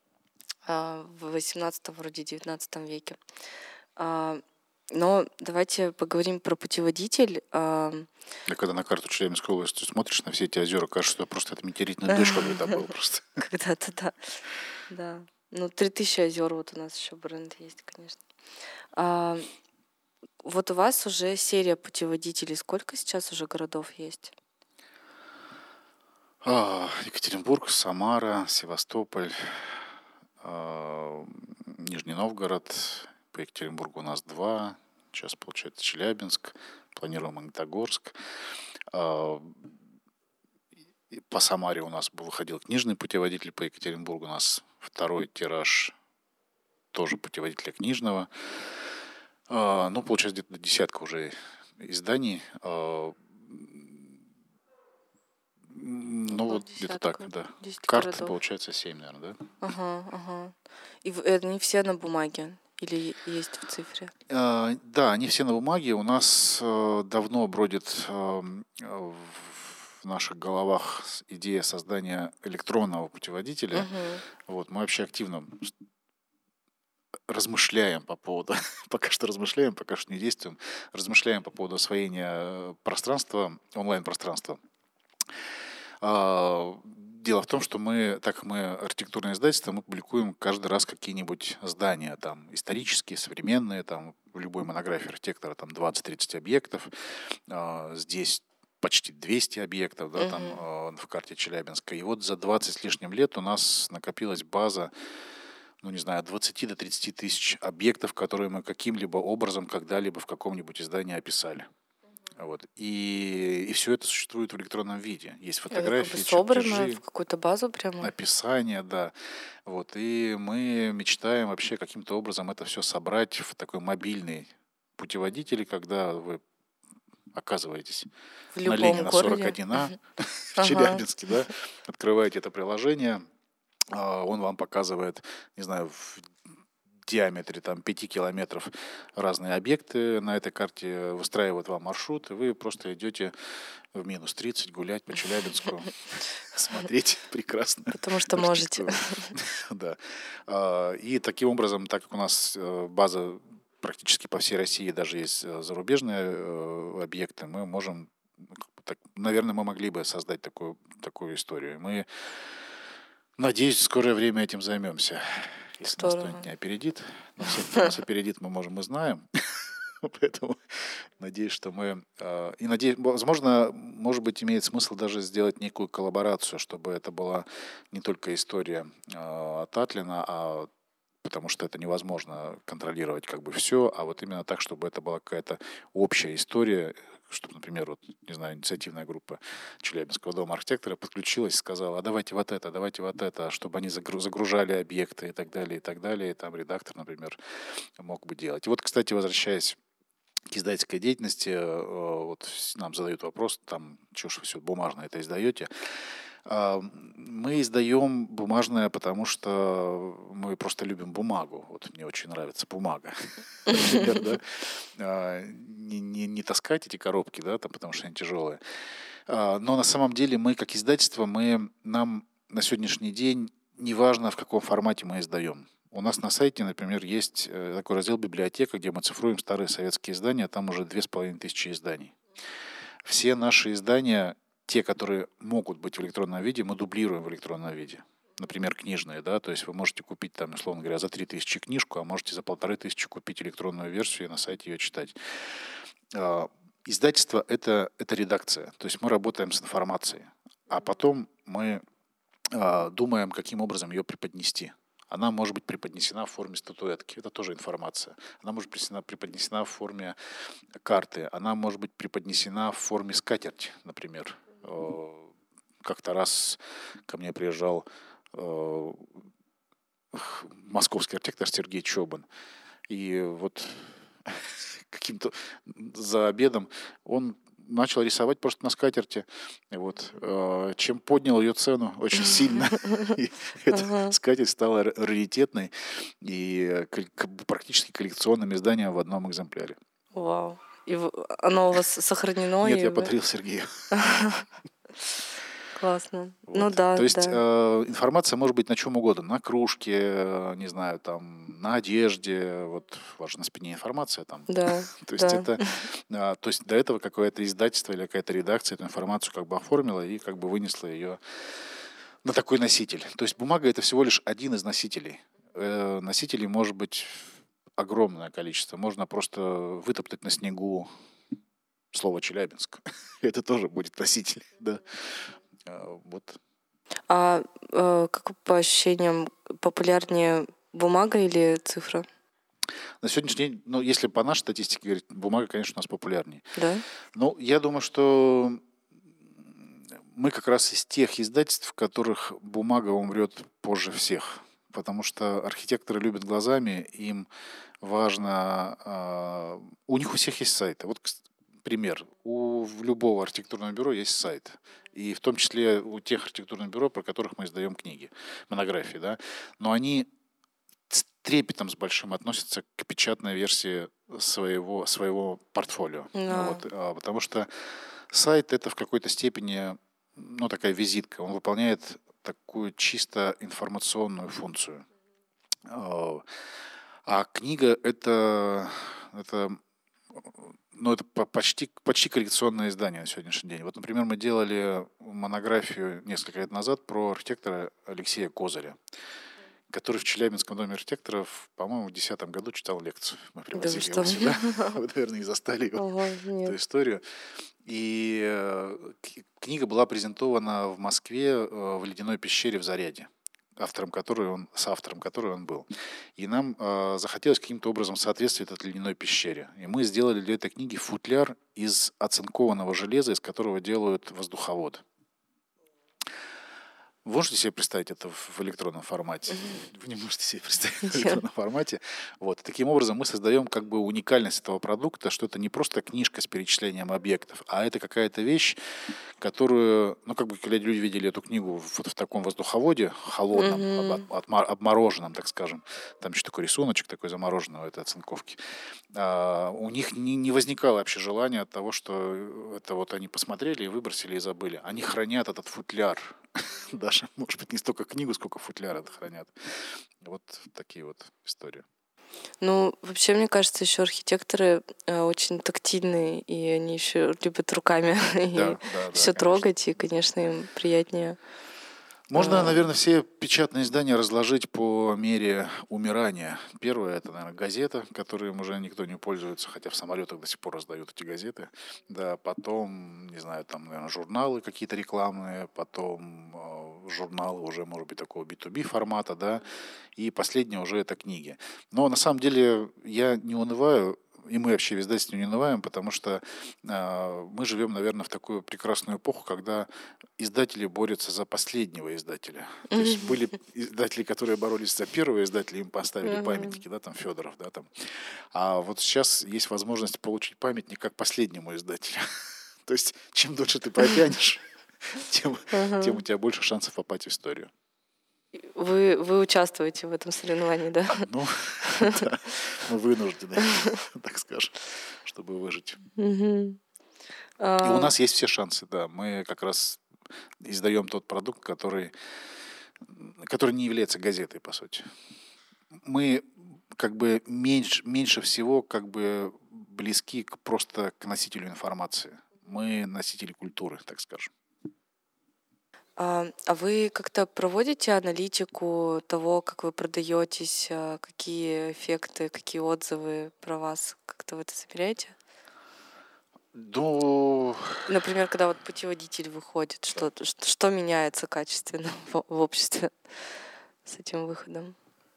а, в восемнадцатом, вроде девятнадцатом веке. А, Но давайте поговорим про путеводитель. А, И когда на карту Челябинской области смотришь на все эти озера, кажется, что просто это метеоритный дождь какой-то был просто. Когда-то, да. Да. Ну, три тысячи озер вот у нас еще бренд есть, конечно. А, Вот у вас уже серия путеводителей. Сколько сейчас уже городов есть? А, Екатеринбург, Самара, Севастополь, а, Нижний Новгород. По Екатеринбургу у нас два. Сейчас, получается, Челябинск. Планируем Магнитогорск. А, и По Самаре у нас был, выходил книжный путеводитель. По Екатеринбургу у нас второй тираж тоже путеводителя книжного. А, Ну, получается, где-то десятка уже изданий. А, Ну, Около вот где-то так, десятка. да. Десять Карт, городов. получается, семь, наверное, да? Ага, ага. И в- это не все на бумаге? Или есть в цифре? А, Да, они все на бумаге. У нас э, давно бродит эм, э, в наших головах с- идея создания электронного путеводителя. Угу. Вот, мы вообще активно с- размышляем по поводу, пока что размышляем, пока что не действуем, размышляем по поводу освоения э, пространства, онлайн-пространства. А, Дело в том, что мы, так как мы архитектурное издательство, мы публикуем каждый раз какие-нибудь здания, там, исторические, современные, там, в любой монографии архитектора, там, двадцать-тридцать объектов. А, Здесь почти двести объектов, да, там Мгм. э, в карте Челябинска. И вот за двадцать с лишним лет у нас накопилась база, ну, не знаю, от двадцати до тридцати тысяч объектов, которые мы каким-либо образом когда-либо в каком-нибудь издании описали. Вот. И, и все это существует в электронном виде. Есть Это как бы фотографии, собрано в чертежи, какую-то базу прямо. описание, да. Вот. И мы мечтаем вообще каким-то образом это все собрать в такой мобильный путеводитель, когда вы оказываетесь В на любом Ленина сорок городе. один А в Ага. Челябинске, да, открываете это приложение, а, он вам показывает, не знаю, в диаметре там пяти километров разные объекты на этой карте, выстраивают вам маршрут, и вы просто идете в минус тридцать гулять по Челябинску, смотреть прекрасную Потому что можете. архитектуру. Да. А, И таким образом, так как у нас э, база практически по всей России, даже есть э, зарубежные э, объекты, мы можем, ну, как бы так, наверное, мы могли бы создать такую, такую историю. Мы, надеюсь, в скорое время этим займемся. Если нас кто-нибудь не Здорово. опередит. Но всех, кто нас опередит, мы можем и знаем. Поэтому надеюсь, что мы... э, И надеюсь, возможно, может быть, имеет смысл даже сделать некую коллаборацию, чтобы это была не только история э, от Атлина, а потому что это невозможно контролировать как бы все, а вот именно так, чтобы это была какая-то общая история, чтобы, например, вот, не знаю, инициативная группа Челябинского дома архитектора подключилась и сказала, а давайте вот это, давайте вот это, чтобы они загру- загружали объекты и так далее, и так далее, и там редактор, например, мог бы делать. И вот, кстати, возвращаясь к издательской деятельности, э, вот с- нам задают вопрос, там, чего ж вы все бумажно это издаете? А, Мы издаем бумажное, потому что мы просто любим бумагу. Вот мне очень нравится бумага, например, да. А, Не, не, не таскать эти коробки, да, там, потому что они тяжелые. А, Но на самом деле мы, как издательство, мы, нам на сегодняшний день не важно, в каком формате мы издаем. У нас на сайте, например, есть э, такой раздел «Библиотека», где мы цифруем старые советские издания, там уже две с половиной тысячи изданий. Все наши издания, те, которые могут быть в электронном виде, мы дублируем в электронном виде. Например, книжные, да, то есть вы можете купить там, условно говоря, за три тысячи книжку, а можете за полторы тысячи купить электронную версию и на сайте ее читать. А, Издательство это, это редакция, то есть мы работаем с информацией, а потом мы а, думаем, каким образом ее преподнести. Она может быть преподнесена в форме статуэтки, это тоже информация. Она может быть преподнесена, преподнесена в форме карты, она может быть преподнесена в форме скатерти, например. Э, Как-то раз ко мне приезжал э, московский архитектор Сергей Чобан, и вот каким-то за обедом он начал рисовать просто на скатерти, и вот, э, чем поднял ее цену очень сильно. И эта Ага. скатерть стала ра- раритетной и кол- как бы практически коллекционным изданием в одном экземпляре. Вау. И в- оно у вас сохранено, Нет, и я вы... подарил Сергею. Классно. Ну Вот. да, То есть да. э, информация может быть на чем угодно. На кружке, э, не знаю, там, на одежде. Вот у вас же на спине информация там. Да, То есть да. это, а, то есть до этого какое-то издательство или какая-то редакция эту информацию как бы оформила и как бы вынесла ее на такой носитель. То есть бумага это всего лишь один из носителей. Э, Носителей может быть огромное количество. Можно просто вытоптать на снегу слово Челябинск. Это тоже будет носитель, да. А, Вот. А э, как по ощущениям, популярнее бумага или цифра? На сегодняшний день, ну, если по нашей статистике говорить, бумага, конечно, у нас популярнее. Да? Ну, я думаю, что мы как раз из тех издательств, в которых бумага умрет позже всех. Потому что архитекторы любят глазами, им важно... а, У них у всех есть сайты. Вот кс- пример. У любого архитектурного бюро есть сайт. И в том числе у тех архитектурных бюро, про которых мы издаем книги, монографии, да. Но они с трепетом с большим относятся к печатной версии своего, своего портфолио. Да. Вот, а, потому что сайт это в какой-то степени, ну, такая визитка. Он выполняет такую чисто информационную функцию. А а книга это, это, ну, это по- почти, почти коллекционное издание на сегодняшний день. Вот, например, мы делали монографию несколько лет назад про архитектора Алексея Козыря, который в Челябинском доме архитекторов, по-моему, в две тысячи десятом году читал лекцию. Мы Да вы привозили что? его сюда. Вы, наверное, не застали его, Ого, эту нет. историю. И э, к- книга была презентована в Москве э, в ледяной пещере в Заряде, автором которой он, с автором которой он был. И нам э, захотелось каким-то образом соответствовать этой ледяной пещере. И мы сделали для этой книги футляр из оцинкованного железа, из которого делают воздуховод. Вы можете себе представить это в в электронном формате? Вы не можете себе представить в Нет. электронном формате. Вот. Таким образом, мы создаем как бы уникальность этого продукта, что это не просто книжка с перечислением объектов, а это какая-то вещь, которую, ну, как бы, когда люди видели эту книгу вот в таком воздуховоде, холодном, об- Мгм. от- отма- обмороженном, так скажем, там еще такой рисуночек такой замороженного этой оцинковки, а, у них не, не возникало вообще желания от того, что это вот они посмотрели и выбросили и забыли. Они хранят этот футляр. Даже, может быть, не столько книгу, сколько футляр это хранят. Вот такие вот истории. Ну, вообще, мне кажется, еще архитекторы э, очень тактильные, и они еще любят руками и Да, да, да, все конечно. трогать, и, конечно, им приятнее. Можно, А, наверное, все печатные издания разложить по мере умирания. Первое — это, наверное, газета, которым уже никто не пользуется, хотя в самолетах до сих пор раздают эти газеты. Да, потом, не знаю, там, наверное, журналы какие-то рекламные, потом э, журналы уже, может быть, такого би ту би формата, да, и последнее уже это книги. Но на самом деле я не унываю, и мы вообще в издательстве не унываем, потому что э, мы живем, наверное, в такую прекрасную эпоху, когда издатели борются за последнего издателя. То есть мгм, были издатели, которые боролись за первого издателя, им поставили мгм. памятники, да, там Федоров, да, там. А вот сейчас есть возможность получить памятник как последнему издателю. То есть чем дольше ты пропянешь, тем, тем у Ага. тебя больше шансов попасть в историю. Вы, вы участвуете в этом соревновании, да? Ну, да, мы вынуждены, так скажем, чтобы выжить. Мгм. И у А, нас есть все шансы, да. Мы как раз издаем тот продукт, который, который не является газетой, по сути. Мы как бы меньше, меньше всего как бы близки к, просто к носителю информации. Мы носители культуры, так скажем. а, а вы как-то проводите аналитику того, как вы продаетесь, а, какие эффекты, какие отзывы про вас? Как-то вы это замеряете? Ну, Например, когда вот путеводитель выходит, что, что, что меняется качественно в, в обществе с этим выходом?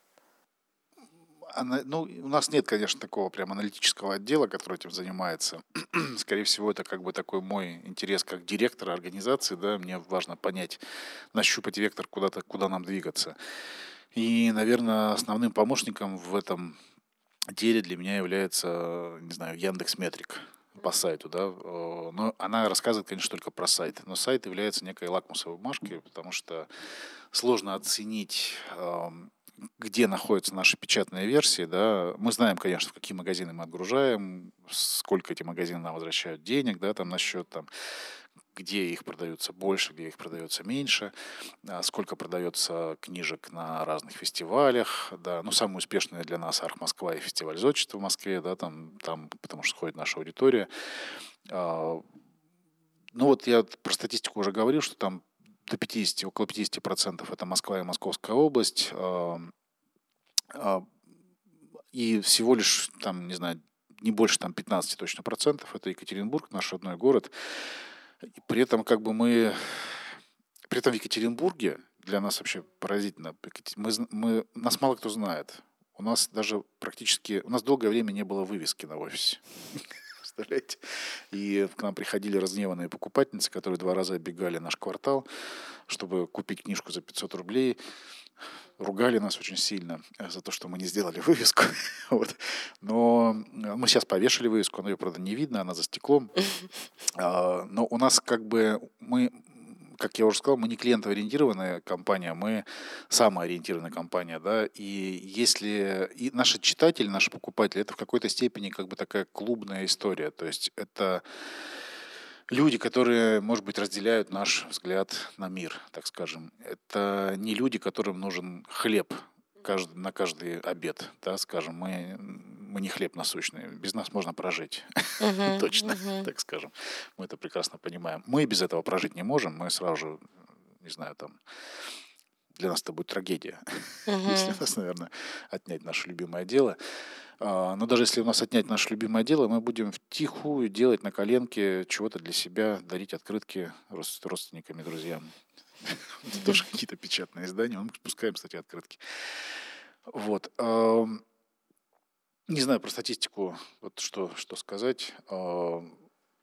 ана- ну, у нас нет, конечно, такого прям аналитического отдела, который этим занимается. Скорее всего, это как бы такой мой интерес как директора организации, да, мне важно понять, нащупать вектор куда-то, куда нам двигаться. И, наверное, основным помощником в этом деле для меня является, не знаю, Яндекс Метрик по сайту, да. Э, Но она рассказывает, конечно, только про сайт. Но сайт является некой лакмусовой бумажкой, потому что сложно оценить, ам, где находятся наши печатные версии, да. Мы знаем, конечно, в какие магазины мы отгружаем, сколько эти магазины нам возвращают денег, да, там на счет, там, где их продается больше, где их продается меньше, а, сколько продается книжек на разных фестивалях, да, ну, самый успешный для нас Арх Москва и фестиваль зодчества в Москве, да, там, там, потому что ходит наша аудитория. А, Ну, вот я про статистику уже говорил, что там до пятидесяти, около пятидесяти процентов это Москва и Московская область, а, а, и всего лишь, там, не знаю, не больше там пятнадцати точно процентов это Екатеринбург, наш родной город. И при этом как бы мы При этом в Екатеринбурге для нас вообще поразительно. Екате- Мы, зн- мы, нас мало кто знает. У нас даже практически... У нас долгое время не было вывески на офисе. Представляете? И к нам приходили разгневанные покупательницы, которые два раза оббегали наш квартал, чтобы купить книжку за пятьсот рублей. Ругали нас очень сильно э, за то, что мы не сделали вывеску. Вот. Но э, мы сейчас повешали вывеску, но ее, правда, не видно, она за стеклом. А, Но у нас как бы мы, как я уже сказал, мы не клиентоориентированная компания, мы самоориентированная компания, да, и если и наши читатели, наши покупатели, это в какой-то степени как бы такая клубная история, то есть это люди, которые, может быть, разделяют наш взгляд на мир, так скажем. Это не люди, которым нужен хлеб каждый, на каждый обед, да, скажем. Мы, мы не хлеб насущный, без нас можно прожить, Мгм, точно, мгм, так скажем. Мы это прекрасно понимаем. Мы без этого прожить не можем, мы сразу же, не знаю, там, для нас это будет трагедия, если мгм. нас, наверное, отнять наше любимое дело. А, Но даже если у нас отнять наше любимое дело, мы будем втихую делать на коленке чего-то для себя, дарить открытки рос- родственникам и друзьям. Это тоже какие-то печатные издания. Мы пускаем, кстати, открытки. Вот. ам, Не знаю про статистику, вот что, что сказать. Ам,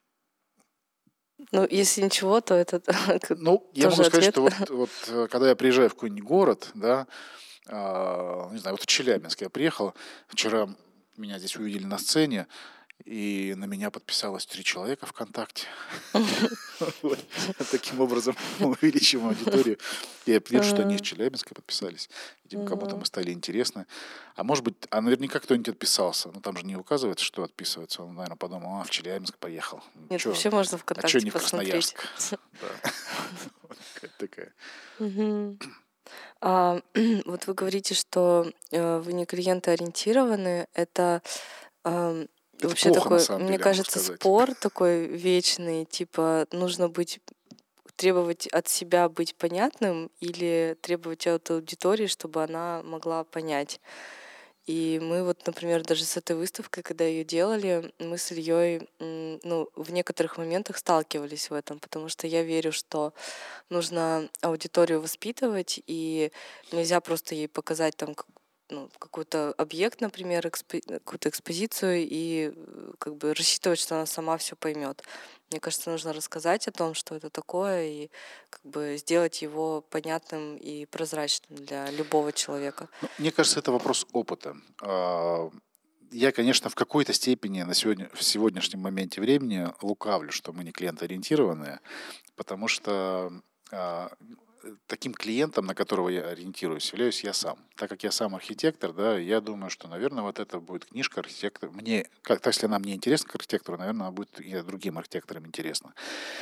Ну, если ничего, то это Ну, я тоже могу сказать, ответ. что вот, вот э, когда я приезжаю в какой-нибудь город, да, а, не знаю, вот в Челябинск я приехал, вчера меня здесь увидели на сцене, и на меня подписалось три человека ВКонтакте. Вот. Таким образом мы увеличим аудиторию. Я вижу, что они из Ага, Челябинска подписались. Видимо, кому-то мы ага. стали интересны. А может быть, а наверняка кто-нибудь отписался. Ну, там же не указывается, что отписывается. Он, наверное, подумал, а, в Челябинск поехал. Нет, Че, вообще можно а че ВКонтакте не в посмотреть. Красноярск? Да. Вот какая-то такая. Мгм. А, вот вы говорите, что э, вы не клиентоориентированы. Это ам, Это вообще плохо, на такой, самом мне деле, я могу кажется, сказать. спор такой вечный. Типа, нужно быть требовать от себя быть понятным или требовать от аудитории, чтобы она могла понять. И мы вот, например, даже с этой выставкой, когда ее делали, мы с Ильей, м, ну, в некоторых моментах сталкивались в этом, потому что я верю, что нужно аудиторию воспитывать, и нельзя просто ей показать там как- ну, какой-то объект, например, экспо- какую-то экспозицию, и э, как бы рассчитывать, что она сама все поймет. Мне кажется, нужно рассказать о том, что это такое, и как бы сделать его понятным и прозрачным для любого человека. Ну, мне кажется, это вопрос опыта. А, Я, конечно, в какой-то степени на сегодня, в сегодняшнем моменте времени лукавлю, что мы не клиентоориентированные, потому что а, таким клиентом, на которого я ориентируюсь, являюсь я сам. Так как я сам архитектор, да, я думаю, что, наверное, вот это будет книжка архитектора. Мне, как, если она мне интересна как архитектору, наверное, она будет и другим архитекторам интересна.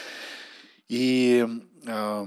И а,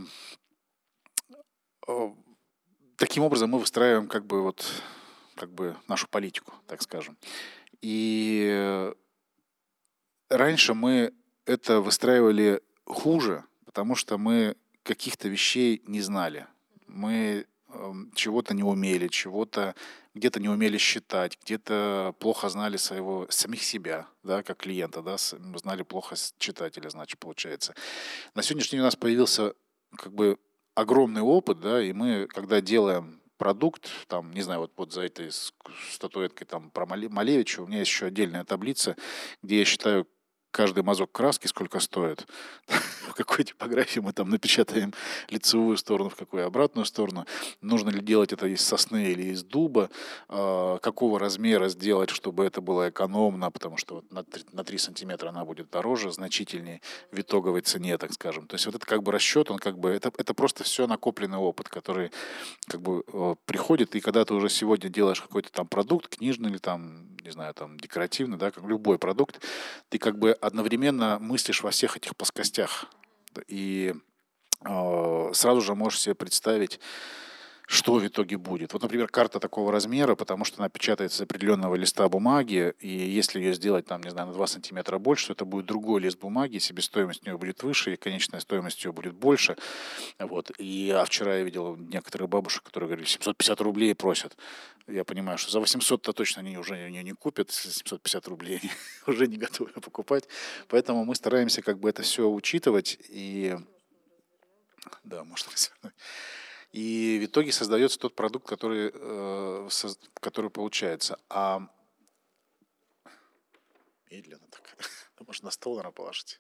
о, таким образом мы выстраиваем как бы вот как бы нашу политику, так скажем. И э, раньше мы это выстраивали хуже, потому что мы каких-то вещей не знали. Мы эм, чего-то не умели, чего-то где-то не умели считать, где-то плохо знали своего, самих себя, да, как клиента, да, с- мы знали плохо с- читателя, значит, получается. На сегодняшний день у нас появился как бы огромный опыт, да, и мы, когда делаем продукт, там, не знаю, вот, вот за этой с- статуэткой там про Мале- Малевича, у меня есть еще отдельная таблица, где я считаю каждый мазок краски, сколько стоит. В какой типографии мы там напечатаем лицевую сторону, в какую обратную сторону. Нужно ли делать это из сосны или из дуба. а, Какого размера сделать, чтобы это было экономно, потому что вот на три, на три сантиметра она будет дороже, значительнее в итоговой цене, так скажем. То есть вот это как бы расчет, он как бы, это, это просто все накопленный опыт, который как бы э, приходит, и когда ты уже сегодня делаешь какой-то там продукт, книжный или там, не знаю, там декоративный, да, как любой продукт, ты как бы одновременно мыслишь во всех этих плоскостях. И э, сразу же можешь себе представить, что в итоге будет. Вот, например, карта такого размера, потому что она печатается с определенного листа бумаги, и если ее сделать, там, не знаю, на два сантиметра больше, то это будет другой лист бумаги, себестоимость у нее будет выше, и конечная стоимость ее будет больше. Вот. И, а вчера я видел некоторых бабушек, которые говорили, семьсот пятьдесят рублей просят. Я понимаю, что за восемьсот-то точно они уже ее не купят, семьсот пятьдесят рублей они уже не готовы покупать. Поэтому мы стараемся как бы это все учитывать, и да, может быть. И в итоге создается тот продукт, который, э, соз- который получается. А медленно так. Может, на стол, наверное, положите.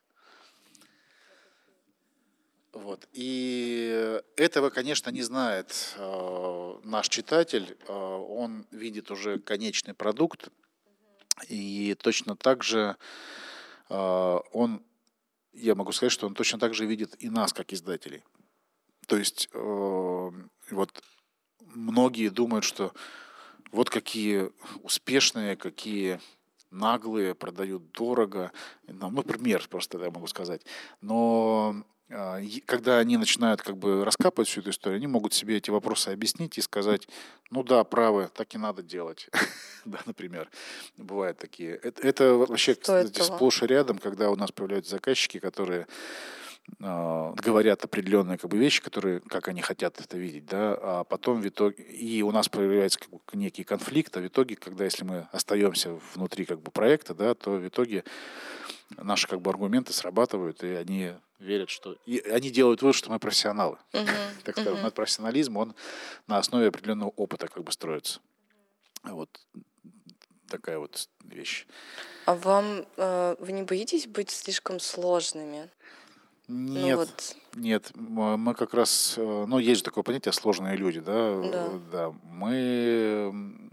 Вот. И этого, конечно, не знает э, наш читатель. Э, он видит уже конечный продукт. И точно так же э, он, я могу сказать, что он точно так же видит и нас, как издателей. То есть э, вот многие думают, что вот какие успешные, какие наглые, продают дорого. Ну, ну, пример просто, я могу сказать. Но а, е- когда они начинают как бы раскапывать всю эту историю, они могут себе эти вопросы объяснить и сказать, ну да, правы, так и надо делать. Да, например, бывают такие. Это, это вообще, Стоит кстати, того. сплошь и рядом, когда у нас появляются заказчики, которые э, говорят определенные как бы, вещи, которые, как они хотят это видеть, да, а потом в итоге, и у нас появляется как бы, некий конфликт, а в итоге, когда если мы остаемся внутри как бы, проекта, да, то в итоге наши как бы, аргументы срабатывают, и они верят, что... И они делают вывод, что мы профессионалы. Мгм, Так скажем, мгм. над профессионализм, он на основе определенного опыта как бы строится. Вот такая вот вещь. А вам э, вы не боитесь быть слишком сложными? Ну Нет, вот, нет, м, мы как раз, э, ну, есть же такое понятие сложные люди, да, да. э, да, мы, м,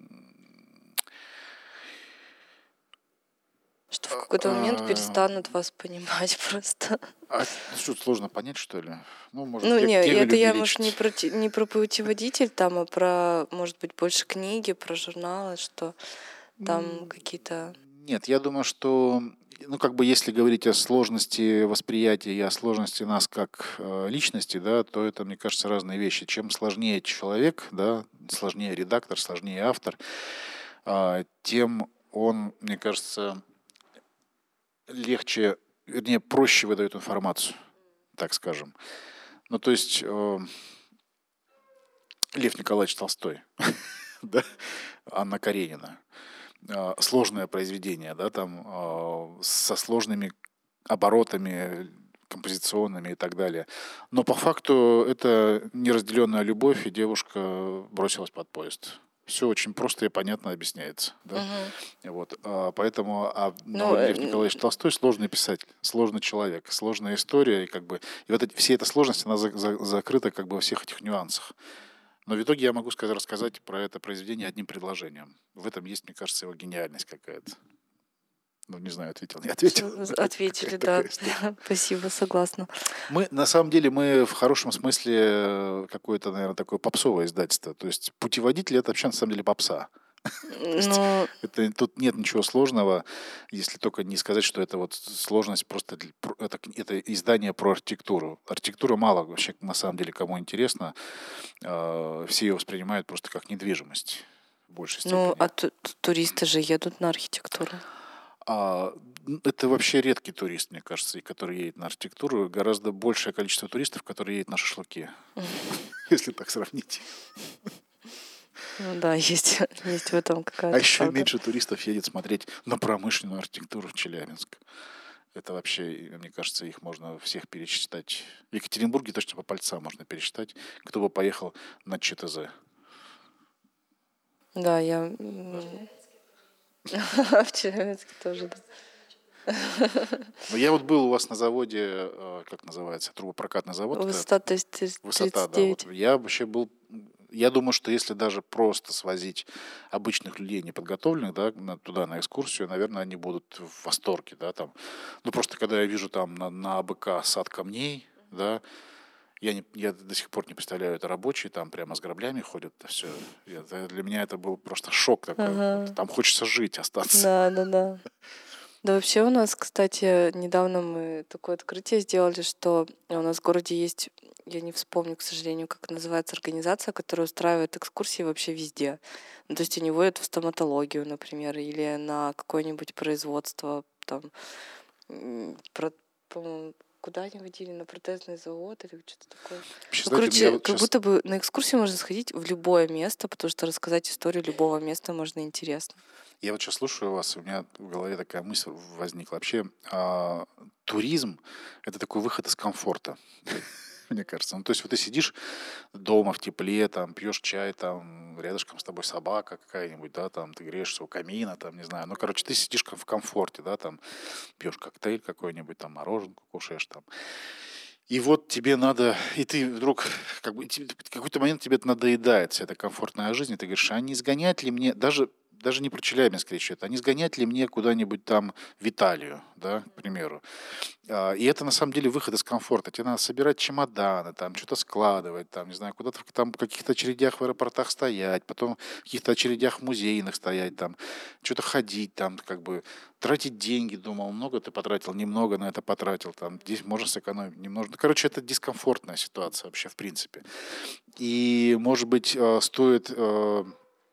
Что в а, какой-то момент а, перестанут вас понимать просто. а что, сложно понять, что ли? Ну, может, Ну, Ге- не, Гегель это я, может, не увеличить. про, те- не про путеводитель там, а про, может быть, больше книги, про журналы, что там М, какие-то... Нет, я думаю, что, ну, как бы, если говорить о сложности восприятия и о сложности нас как э, личности, да, то это, мне кажется, разные вещи. Чем сложнее человек, да, сложнее редактор, сложнее автор, а, тем он, мне кажется, легче, вернее, проще выдает информацию, так скажем. Ну, то есть э, Лев Николаевич Толстой, да, Анна Каренина. Э, Сложное произведение, да, там э, со сложными оборотами композиционными и так далее. Но по факту это неразделенная любовь, и девушка бросилась под поезд. Все очень просто и понятно объясняется. Да? Мгм. Вот, а, поэтому, а, но Ну, э, Лев н- Николаевич Толстой сложный писатель, сложный человек, сложная история, и как бы и вот эти, все эта сложность, она за- за- закрыта как бы во всех этих нюансах. Но в итоге я могу сказать, рассказать про это произведение одним предложением. В этом есть, мне кажется, его гениальность какая-то. Ну, не знаю, ответил, не ответил. с- Это ответили, какая-то да. такая история. Спасибо, согласна. Мы, на самом деле, мы в хорошем смысле э, какое-то, наверное, такое попсовое издательство. То есть путеводитель — это вообще, на самом деле, попса. То есть Ну, это, тут нет ничего сложного, если только не сказать, что это вот сложность просто... для- про- это, к- это издание про архитектуру. Архитектура мало вообще, на самом деле, кому интересно. Э, Все ее воспринимают просто как недвижимость в большей ну, а степени. ту- ту- туристы же едут на архитектуру. А, н- это вообще редкий турист, мне кажется, и который едет на архитектуру. Гораздо большее количество туристов, которые едут на шашлыки, если так сравнить. Ну да, есть, есть в этом А какая-то еще правда. меньше туристов едет смотреть на промышленную архитектуру в Челябинск. Это вообще, и, мне кажется, их можно всех пересчитать. В Екатеринбурге точно по пальцам можно пересчитать, кто бы поехал на ЧТЗ. Да, я м, в Челябинске тоже, да. Но я вот был у вас на заводе, э, как называется, трубопрокатный завод, этот, Высота, то есть тридцать высота, да, вот. девять. Я вообще был, я думаю, что если даже просто свозить обычных людей неподготовленных, да, на- туда на экскурсию, наверное, они будут в восторге, да, там. Ну, просто когда я вижу там на, на АБК сад камней, да, я, не, я до сих пор не представляю, это рабочие там прямо с граблями ходят, все. Для меня это был просто шок такой. Вот. Ага. Там хочется жить, остаться. Да, да, да. Да, вообще у нас, кстати, недавно мы такое открытие сделали, что у нас в городе есть, я не вспомню, к сожалению, как называется организация, которая устраивает экскурсии вообще везде. Ну, то есть они водят в стоматологию, например, или на какое-нибудь производство, там, м, про, по-моему, куда они водили, на протезный завод или что-то такое. Вообще, Ну, знаете, я короче, вот как сейчас... будто бы на экскурсию можно сходить в любое место, потому что рассказать историю любого места можно интересно. Я вот сейчас слушаю вас, и у меня в голове такая мысль возникла. Вообще, а, туризм — это такой выход из комфорта, мне кажется. Ну, то есть вот ты сидишь дома в тепле, там, пьешь чай, там, рядышком с тобой собака какая-нибудь, да, там, ты греешься у камина, там, не знаю. Ну, короче, ты сидишь в комфорте, да, там, пьешь коктейль какой-нибудь, там, мороженку кушаешь, там. И вот тебе надо, и ты вдруг, как бы, тебе- в какой-то момент тебе это надоедает, вся эта комфортная жизнь, и ты говоришь, а не сгонять ли мне, даже, даже не про Челябинск речь идет, а не сгонять ли мне куда-нибудь там в Италию, да, к примеру. А, И это на самом деле выход из комфорта. Тебе надо собирать чемоданы, там что-то складывать, там, не знаю, куда-то в- там в каких-то очередях в аэропортах стоять, потом в каких-то очередях музейных стоять, там, что-то ходить, там, как бы тратить деньги. Думал, много ты потратил, немного на это потратил, там, здесь можно сэкономить немного. Ну, короче, это дискомфортная ситуация вообще, в принципе. И, может быть, э, стоит э,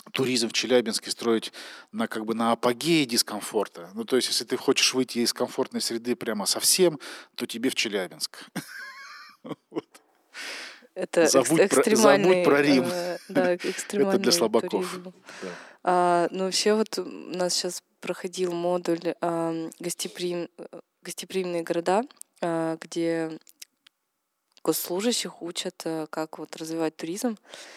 туризм в Челябинске строить на как бы на апогее дискомфорта. Ну, то есть, если ты хочешь выйти из комфортной среды прямо совсем, то тебе в Челябинск. Вот. Это экс- Забудь про, забудь экстремальный, про Рим. э, да, Это для экстремальный слабаков. туризм. Да. А, ну, вообще вот у нас сейчас проходил модуль ам, гостеприим- э, гостеприимные города, а, где госслужащих учат, э, как вот развивать туризм.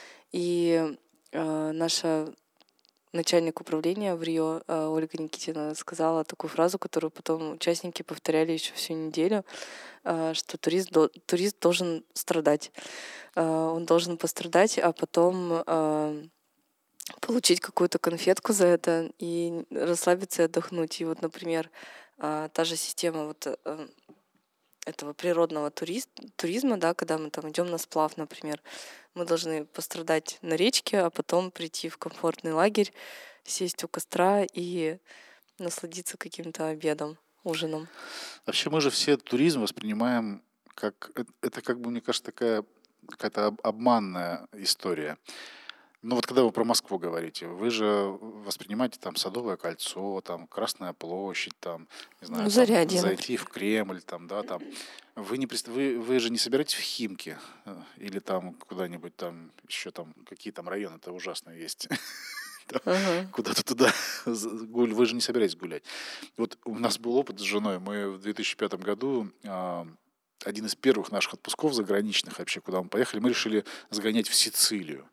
И э, наша начальник управления в Рио э, Ольга Никитина сказала такую фразу, которую потом участники повторяли еще всю неделю, э, что турист, до- турист должен страдать. Э, Он должен пострадать, а потом э, получить какую-то конфетку за это и расслабиться и отдохнуть. И вот, например, а, та же система вот э, этого природного турист, туризма, да, когда мы там идем на сплав, например, мы должны пострадать на речке, а потом прийти в комфортный лагерь, сесть у костра и насладиться каким-то обедом, ужином. Вообще мы же все туризм воспринимаем как... э- Это как бы, мне кажется, такая какая-то об- обманная история. Ну вот когда вы про Москву говорите, вы же воспринимаете там Садовое кольцо, там Красная площадь, там, не Ну, знаю, там Зарядье, зайти например. в Кремль, там, да, там. Вы, не, прист- вы, вы же не собираетесь в Химки э, или там куда-нибудь там, еще там, какие там районы-то ужасные есть. Там Ага. куда-то туда, з- гуль- вы же не собираетесь гулять. Вот у нас был опыт с женой, мы в две тысячи пятом году, а, один из первых наших отпусков заграничных вообще, куда мы поехали, мы решили сгонять в Сицилию.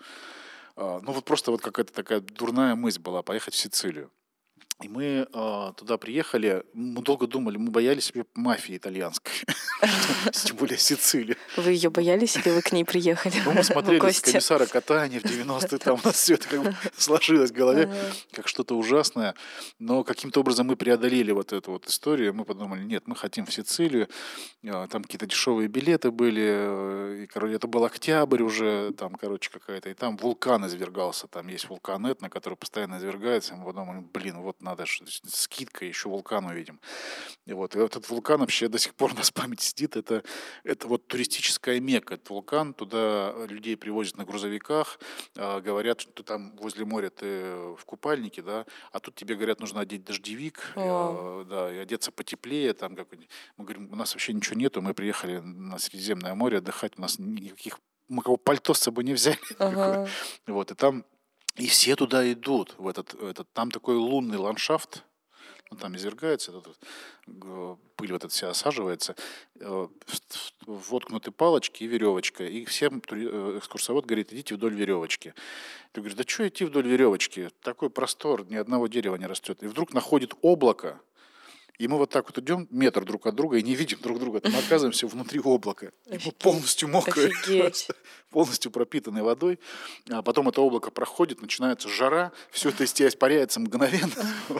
А, Ну вот просто вот какая-то такая дурная мысль была поехать в Сицилию. И мы а, туда приехали, мы долго думали, мы боялись вообще мафии итальянской, что- тем более Сицилии. Вы ее боялись или вы к ней приехали Ну, мы в смотрели с гости? комиссара Катани в девяностые, там у нас все это как бы сложилось в голове, Ага. как что-то ужасное. Но каким-то образом мы преодолели вот эту вот историю. Мы подумали, нет, мы хотим в Сицилию. А, Там какие-то дешевые билеты были. э, И, короче, это был октябрь уже, там, короче, какая-то. И там вулкан извергался. Там есть вулкан Этна, который постоянно извергается. И мы подумали, блин, вот надо ж- скидка, еще вулкан увидим. И вот, и вот этот вулкан вообще до сих пор у нас в памяти сидит. Это, это вот туристическая мекка. Этот вулкан, туда людей привозят на грузовиках, а, говорят, что там возле моря ты в купальнике, да, а тут тебе говорят, нужно одеть дождевик, и, Вау. а, да, и одеться потеплее. Там, какой-нибудь. Мы говорим, у нас вообще ничего нету, мы приехали на Средиземное море отдыхать, у нас никаких, мы кого пальто с собой не взяли. Такое. Ага. Вот, и там, и все туда идут, в этот, этот, там такой лунный ландшафт, ну, там извергается, этот, вот, г- пыль вот эта вся осаживается, э, в- в- воткнуты палочки и веревочка. И всем тури- э, экскурсовод говорит, идите вдоль веревочки. Ты говоришь, да что идти вдоль веревочки? Такой простор, ни одного дерева не растет. И вдруг находит облако, и мы вот так вот идем метр друг от друга и не видим друг друга. Мы оказываемся внутри облака. И мы Офигеть. полностью мокрые, Офигеть. полностью пропитанные водой. А потом это облако проходит, начинается жара, все это из тебя испаряется мгновенно.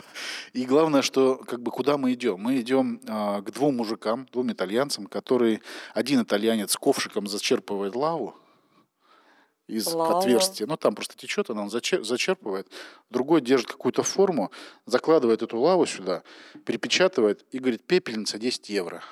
И главное, что как бы куда мы идем? Мы идем а, к двум мужикам, двум итальянцам, которые один итальянец ковшиком зачерпывает лаву из Лава. отверстия. Ну, там просто течет, она он зачер- зачерпывает. Другой держит какую-то форму, закладывает эту лаву сюда, перепечатывает и говорит, пепельница десять евро.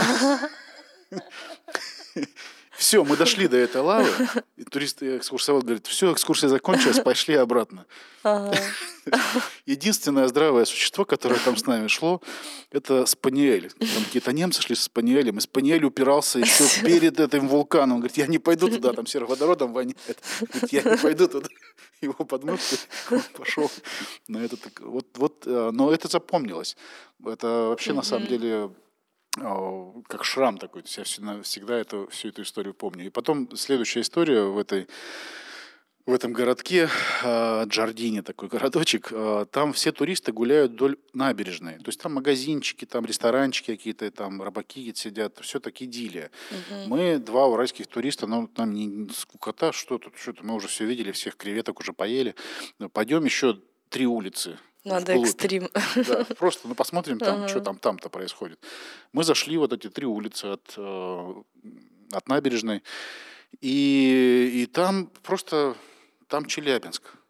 Все, мы дошли до этой лавы, и турист, и экскурсовод говорит, все, экскурсия закончилась, пошли обратно. Ага. Единственное здравое существо, которое там с нами шло, это спаниель. Там какие-то немцы шли с спаниелем, и спаниель упирался еще перед этим вулканом. Он говорит, я не пойду туда, там сероводородом воняет. Говорит, я не пойду туда. Его подмыл, он пошел на этот. Вот, вот, э, но это запомнилось. Это вообще на самом Мгм. деле э, как шрам такой. То есть я всегда, всегда эту, всю эту историю помню. И потом следующая история в этой в этом городке, а, Джардини такой городочек, а, там все туристы гуляют вдоль набережной. То есть там магазинчики, там ресторанчики какие-то, там рыбаки сидят, все таки идиллия. Мгм. Мы, два уральских туриста, ну, нам не, не скукота, что тут, что-то, мы уже все видели, всех креветок уже поели. Пойдем еще три улицы Надо вглубь. экстрим. Да, просто ну, посмотрим там, что Ага. там там-то происходит. Мы зашли вот эти три улицы от, э, от набережной, и, и там просто, там Челябинск.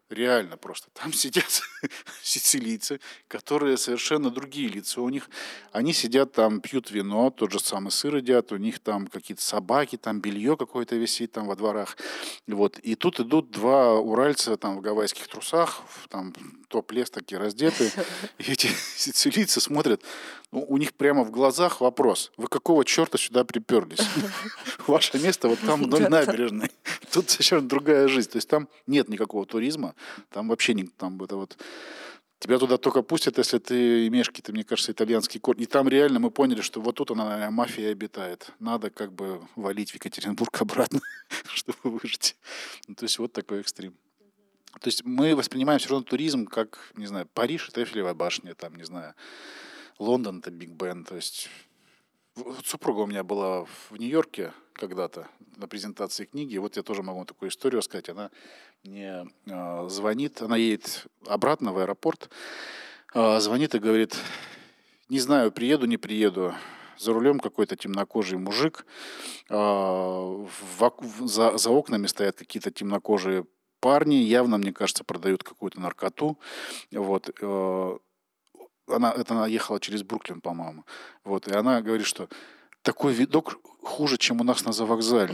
Реально просто. Там сидят сицилийцы, которые совершенно другие лица. У них, они сидят там, пьют вино, тот же самый сыр едят, у них там какие-то собаки, там белье какое-то висит там во дворах. Вот. И тут идут два уральца там в гавайских трусах, в там топ-лес такие раздетые. И эти сицилийцы смотрят, ну, у них прямо в глазах вопрос: вы какого черта сюда приперлись? Ваше место вот там вдоль набережной. Тут совершенно другая жизнь. То есть там нет никакого туризма. Там вообще не, там это вот тебя туда только пустят, если ты имеешь какие-то, мне кажется, итальянские корни. И там реально мы поняли, что вот тут она, наверное, мафия обитает. Надо как бы валить в Екатеринбург обратно, чтобы выжить. Ну, то есть вот такой экстрим. То есть мы воспринимаем все равно туризм как, не знаю, Париж — это Эйфелева башня, там, не знаю, Лондон — это Биг Бен. То есть вот супруга у меня была в Нью-Йорке когда-то на презентации книги. Вот я тоже могу такую историю рассказать. Она мне э, звонит, она едет обратно в аэропорт, э, звонит и говорит: не знаю, приеду, не приеду. За рулем какой-то темнокожий мужик, э, в ок- в- за, за окнами стоят какие-то темнокожие парни, явно, мне кажется, продают какую-то наркоту. Вот. э, она, это она ехала через Бруклин, по-моему. Вот. И она говорит, что такой видок хуже, чем у нас на завокзальной.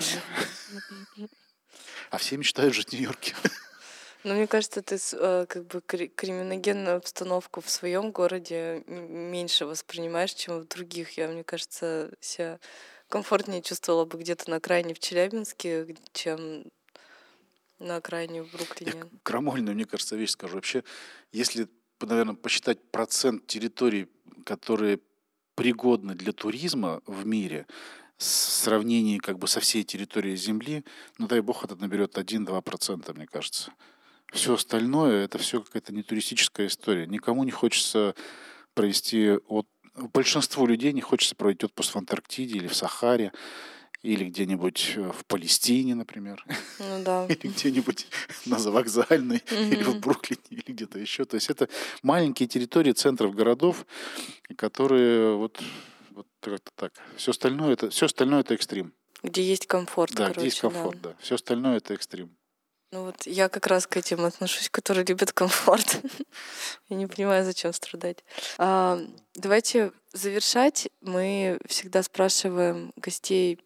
А все мечтают жить в Нью-Йорке. Ну, мне кажется, ты с- э, как бы кри- криминогенную обстановку в своем городе м- меньше воспринимаешь, чем в других. Я, мне кажется, себя комфортнее чувствовала бы где-то на окраине в Челябинске, г- чем на окраине в Я Бруклине. крамольную, мне кажется, вещь скажу. Вообще, если, наверное, посчитать процент территорий, которые пригодны для туризма в мире, в сравнении как бы со всей территорией Земли, ну дай бог, это наберет один-два процента, мне кажется. Все остальное — это все какая-то не туристическая история. Никому не хочется провести от... Большинству людей не хочется проводить отпуск в Антарктиде или в Сахаре, или где-нибудь э, в Палестине, например, Ну да. или где-нибудь на Завокзальной, или в Мгм. Бруклине, или где-то еще. То есть это маленькие территории центров городов, которые вот, вот как-то так. Все остальное это, все остальное это экстрим. Где есть комфорт, Да, где есть короче, да. комфорт, да. Все остальное это экстрим. Ну вот я как раз к этим отношусь, которые любят комфорт. Я не понимаю, зачем страдать. А, давайте завершать. Мы всегда спрашиваем гостей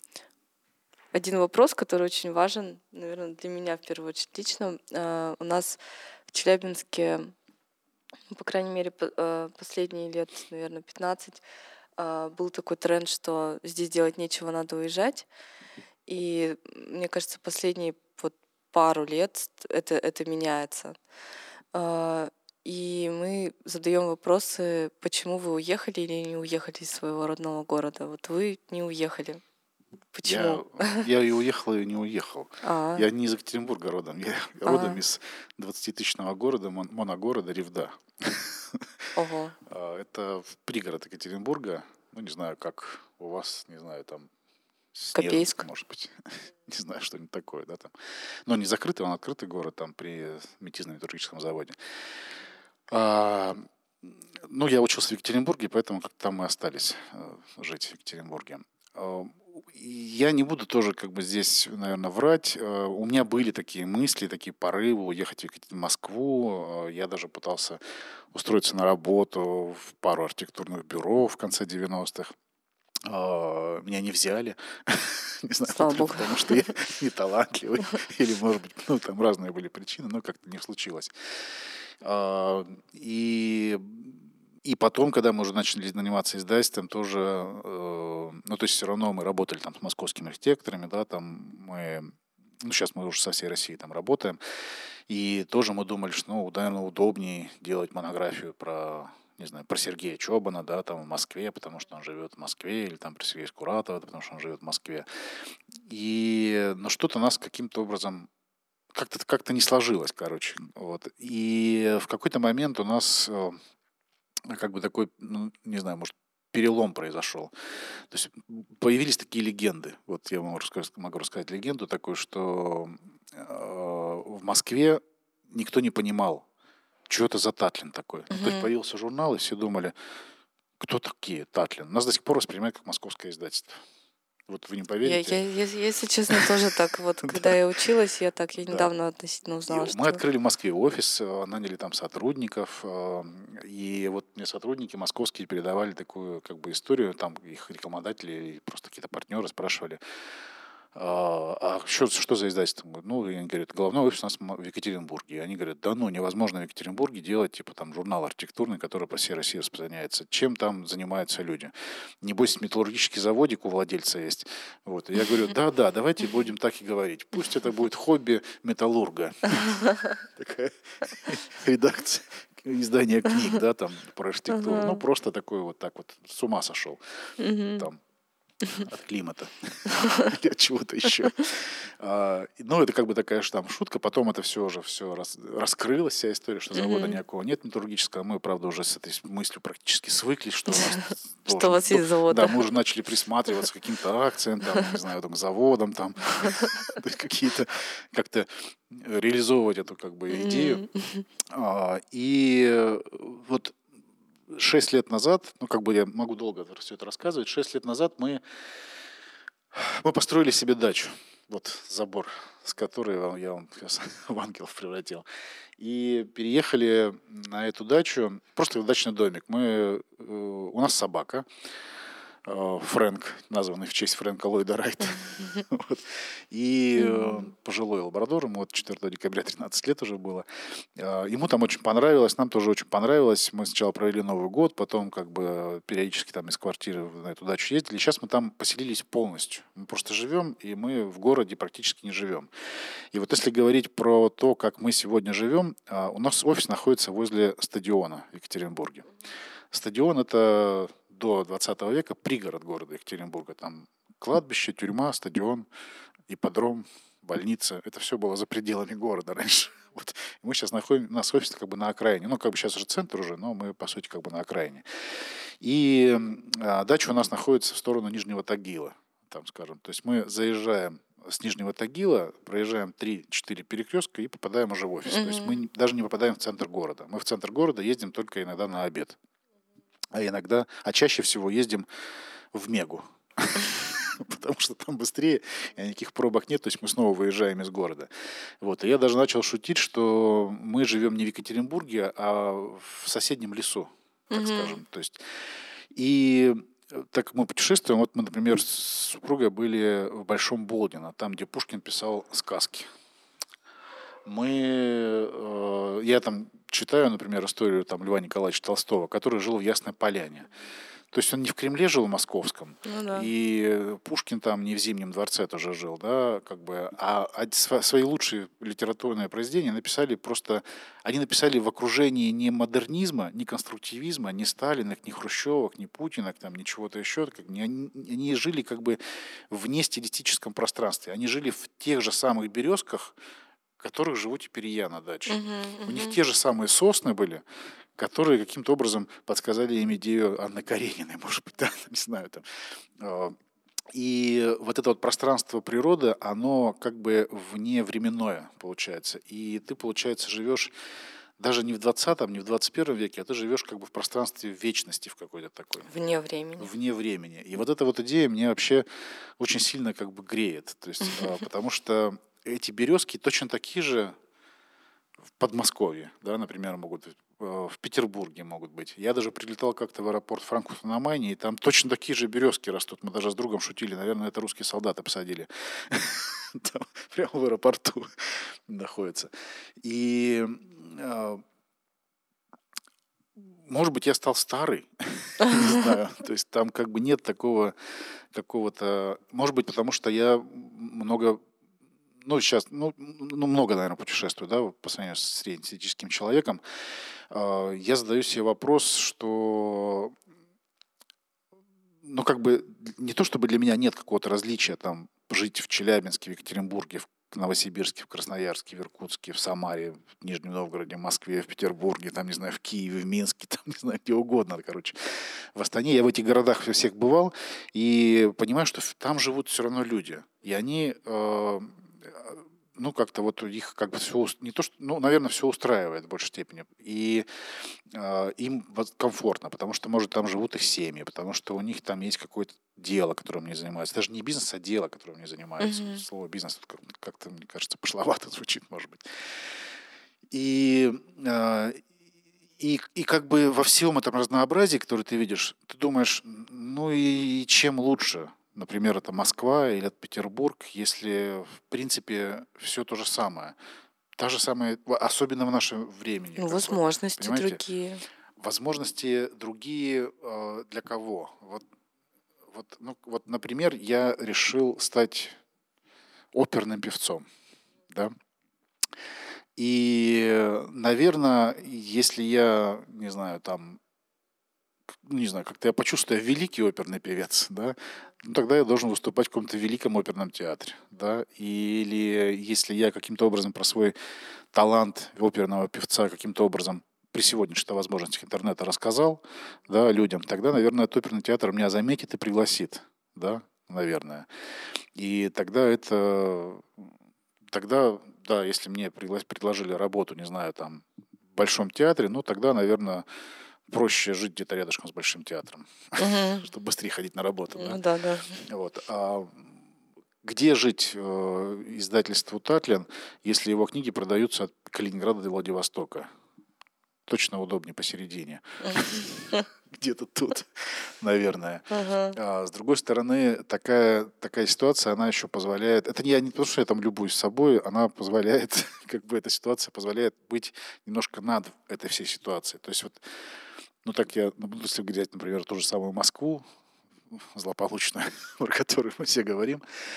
один вопрос, который очень важен, наверное, для меня в первую очередь лично. А, у нас в Челябинске, ну, по крайней мере, по- э, последние лет, наверное, пятнадцать, а, был такой тренд, что здесь делать нечего, надо уезжать. И м, мне кажется, последние вот пару лет это, это меняется. А, И мы задаем вопросы, почему вы уехали или не уехали из своего родного города. Вот вы не уехали. Я, Почему? я и уехал, и не уехал. А, Я не из Екатеринбурга родом. Я родом а, из двадцатитысячного города, мон- моногорода Ревда. ого. А, Это в пригород Екатеринбурга. Ну, не знаю, как у вас, не знаю, там Снежинск, Копейск. может быть. Не знаю, что-нибудь такое, да, там. Но не закрытый, он открытый город, там, при метизно-металлургическом заводе. А, ну, я учился в Екатеринбурге, поэтому как-то там мы остались э, жить в Екатеринбурге. А, и Я не буду тоже как бы здесь, наверное, врать. Э, У меня были такие мысли, такие порывы уехать в Екатер- в Москву. Э, Я даже пытался устроиться на работу в пару архитектурных бюро в конце девяностых. А, Меня не взяли. Не знаю, Слава то ли богу. потому что я не талантливый, или, может быть, ну, там разные были причины, но как-то не случилось. А, И, и потом, когда мы уже начали заниматься издательством, тоже, э, ну, то есть все равно мы работали там с московскими архитекторами, да, там мы, ну, сейчас мы уже со всей России там работаем, и тоже мы думали, что, ну, наверное, удобнее делать монографию про, не знаю, про Сергея Чобана, да, там в Москве, потому что он живет в Москве, или там про Сергея Скуратова, потому что он живет в Москве. И, но что-то нас каким-то образом как-то как-то не сложилось, короче. Вот. И в какой-то момент у нас э, как бы такой, ну, не знаю, может, перелом произошел. То есть появились такие легенды. Вот я могу рассказать, могу рассказать легенду такую, что э, в Москве никто не понимал, что это за Татлин такой. Ну, то есть Мгм. появился журнал, и все думали, кто такие Татлин. Нас до сих пор воспринимают как московское издательство. Вот вы не Я, поверите. я, я- если честно, тоже так вот, когда я училась, я так, я Да. недавно относительно И узнала, мы что... открыли в Москве офис, э, наняли там сотрудников, э, и вот мне сотрудники московские передавали такую как бы историю, там их рекламодатели и просто какие-то партнеры спрашивали, а а что, что за издательство? Говорю, ну, и они говорят, головной офис у нас в Екатеринбурге. И они говорят, да ну, невозможно в Екатеринбурге делать, типа, там, журнал архитектурный, который по всей России распространяется. Чем там занимаются люди? Небось, металлургический заводик у владельца есть. Вот. И я говорю, да-да, давайте будем так и говорить. Пусть это будет хобби металлурга. Такая редакция, издание книг, да, там, про архитектуру. Ну, Ага. просто такой вот так вот с ума сошел. Мгм. Там, от климата или от чего-то еще. А, и, Ну, это как бы такая же там шутка. Потом это все уже все раскрылась, вся история, что завода Мгм. никакого нет металлургического. Мы, правда, уже с этой мыслью практически свыклись, что у нас Что у должен... вас есть завод, Да, да? мы уже начали присматриваться к каким-то акциям, там, не знаю, там, к заводам, там, то есть какие-то, как-то реализовывать эту как бы идею. М. А, И э, вот шесть лет назад, ну, как бы я могу долго все это рассказывать, шесть лет назад мы, мы построили себе дачу. Вот забор, с которой вам- я вам сейчас в ангелов превратил. И переехали на эту дачу, просто дачный домик. Мы, э, у нас собака, э, Фрэнк, названный в честь Фрэнка Ллойда Райта. Вот. И э, Мгм. пожилой лабрадор, ему вот четвёртого декабря тринадцать лет уже было. А, Ему там очень понравилось, нам тоже очень понравилось. Мы сначала провели Новый год, потом как бы периодически там из квартиры на эту дачу ездили. Сейчас мы там поселились полностью. Мы просто живем, и мы в городе практически не живем. И вот если говорить про то, как мы сегодня живем, а, у нас офис находится возле стадиона в Екатеринбурге. Стадион — это до двадцатого века пригород города Екатеринбурга. Там кладбище, тюрьма, стадион, ипподром, больница. Это все было за пределами города раньше. Вот. И мы сейчас находим, у нас офис как бы на окраине. Ну, как бы сейчас уже центр уже, но мы, по сути, как бы на окраине. И м, а, дача у нас находится в сторону Нижнего Тагила, там, скажем. То есть мы заезжаем с Нижнего Тагила, проезжаем три-четыре перекрестка и попадаем уже в офис. То есть мы Мгм. не- даже не попадаем в центр города. Мы в центр города ездим только иногда на обед. А иногда, а чаще всего ездим в Мегу, потому что там быстрее, и никаких пробок нет, то есть мы снова выезжаем из города. Вот. И я даже начал шутить, что мы живем не в Екатеринбурге, а в соседнем лесу, так Мгм. скажем. То есть, и э, так как мы путешествуем, вот мы, например, с супругой были в Большом Болдино, там, где Пушкин писал сказки. Мы, э, я там читаю, например, историю там, Льва Николаевича Толстого, который жил в Ясной Поляне. То есть он не в Кремле жил, в московском, Ну да. и Пушкин там не в Зимнем дворце тоже жил, да, как бы, а од- сва- свои лучшие литературные произведения написали просто, они написали в окружении не модернизма, не конструктивизма, не Сталиных, не Хрущевок, не Путиных, там, ни чего-то еще, как, не- они, они жили как бы вне стилистическом пространстве, они жили в тех же самых березках, в которых живу теперь и я на даче. Мгм. У них Мгм. те же самые сосны были, которые каким-то образом подсказали им идею Анны Карениной, может быть, да, не знаю. Там. А, И вот это вот пространство природы, оно как бы вневременное получается. И ты, получается, живешь даже не в двадцатом, не в двадцать первом веке, а ты живешь как бы в пространстве вечности в какой-то такой, Вне времени. вне времени. И вот эта вот идея мне вообще очень сильно как бы греет. То есть, а, потому что эти березки точно такие же в Подмосковье, да, например, могут быть, э, в Петербурге могут быть. Я даже прилетал как-то в аэропорт Франкфурта на Майне, и там точно такие же березки растут. Мы даже с другом шутили, наверное, это русские солдаты посадили. Там прямо в аэропорту находится. И, э, может быть, я стал старый, не знаю. То есть там как бы нет такого какого-то... Может быть, потому что я много ну, сейчас, ну, ну, много, наверное, путешествую, да, по сравнению с среднестатистическим человеком. А, Я задаю себе вопрос, что, ну, как бы, не то чтобы для меня нет какого-то различия, там, жить в Челябинске, в Екатеринбурге, в Новосибирске, в Красноярске, в Иркутске, в Самаре, в Нижнем Новгороде, в Москве, в Петербурге, там, не знаю, в Киеве, в Минске, там, не знаю, где угодно, короче. В Астане я в этих городах во всех бывал и понимаю, что там живут все равно люди. И они э, ну, как-то вот у них как бы все, не то что, ну, наверное, все устраивает в большей степени. И э, им вот комфортно, потому что, может, там живут их семьи, потому что у них там есть какое-то дело, которым они занимаются. Даже не бизнес, а дело, которым они занимаются. Мгм. Слово бизнес тут как- как-то, мне кажется, пошловато звучит, может быть. И, э, и, и как бы во всем этом разнообразии, которое ты видишь, ты думаешь, ну и чем лучше? Например, это Москва или это Петербург, если в принципе все то же самое. Та же самая, в- особенно в нашем времени, Ну, как бы, возможности понимаете, другие. возможности другие э, для кого? Вот, вот, ну, вот, например, я решил стать оперным певцом, да, и, наверное, если я, не знаю, там, ну, не знаю, как-то я почувствую, я великий оперный певец, да, ну, тогда я должен выступать в каком-то великом оперном театре, да, или если я каким-то образом про свой талант оперного певца каким-то образом при сегодняшних возможностях интернета рассказал, да, людям, тогда, наверное, этот оперный театр меня заметит и пригласит, да, наверное. И тогда это, тогда, да, если мне пригла- предложили работу, не знаю, там, в Большом театре, ну, тогда, наверное, проще жить где-то рядышком с Большим театром, Мгм. чтобы быстрее ходить на работу, Ну да. да, да. Вот. А где жить э, издательству «Татлин», если его книги продаются от Калининграда до Владивостока? Точно удобнее посередине. Где-то тут, наверное. Ага. А с другой стороны, такая, такая ситуация, она еще позволяет... Это не, я не потому, что я там любуюсь собой, она позволяет, как бы эта ситуация позволяет быть немножко над этой всей ситуацией. То есть вот, ну так я, ну, если взять, например, ту же самую Москву, злополучную, про которую мы все говорим,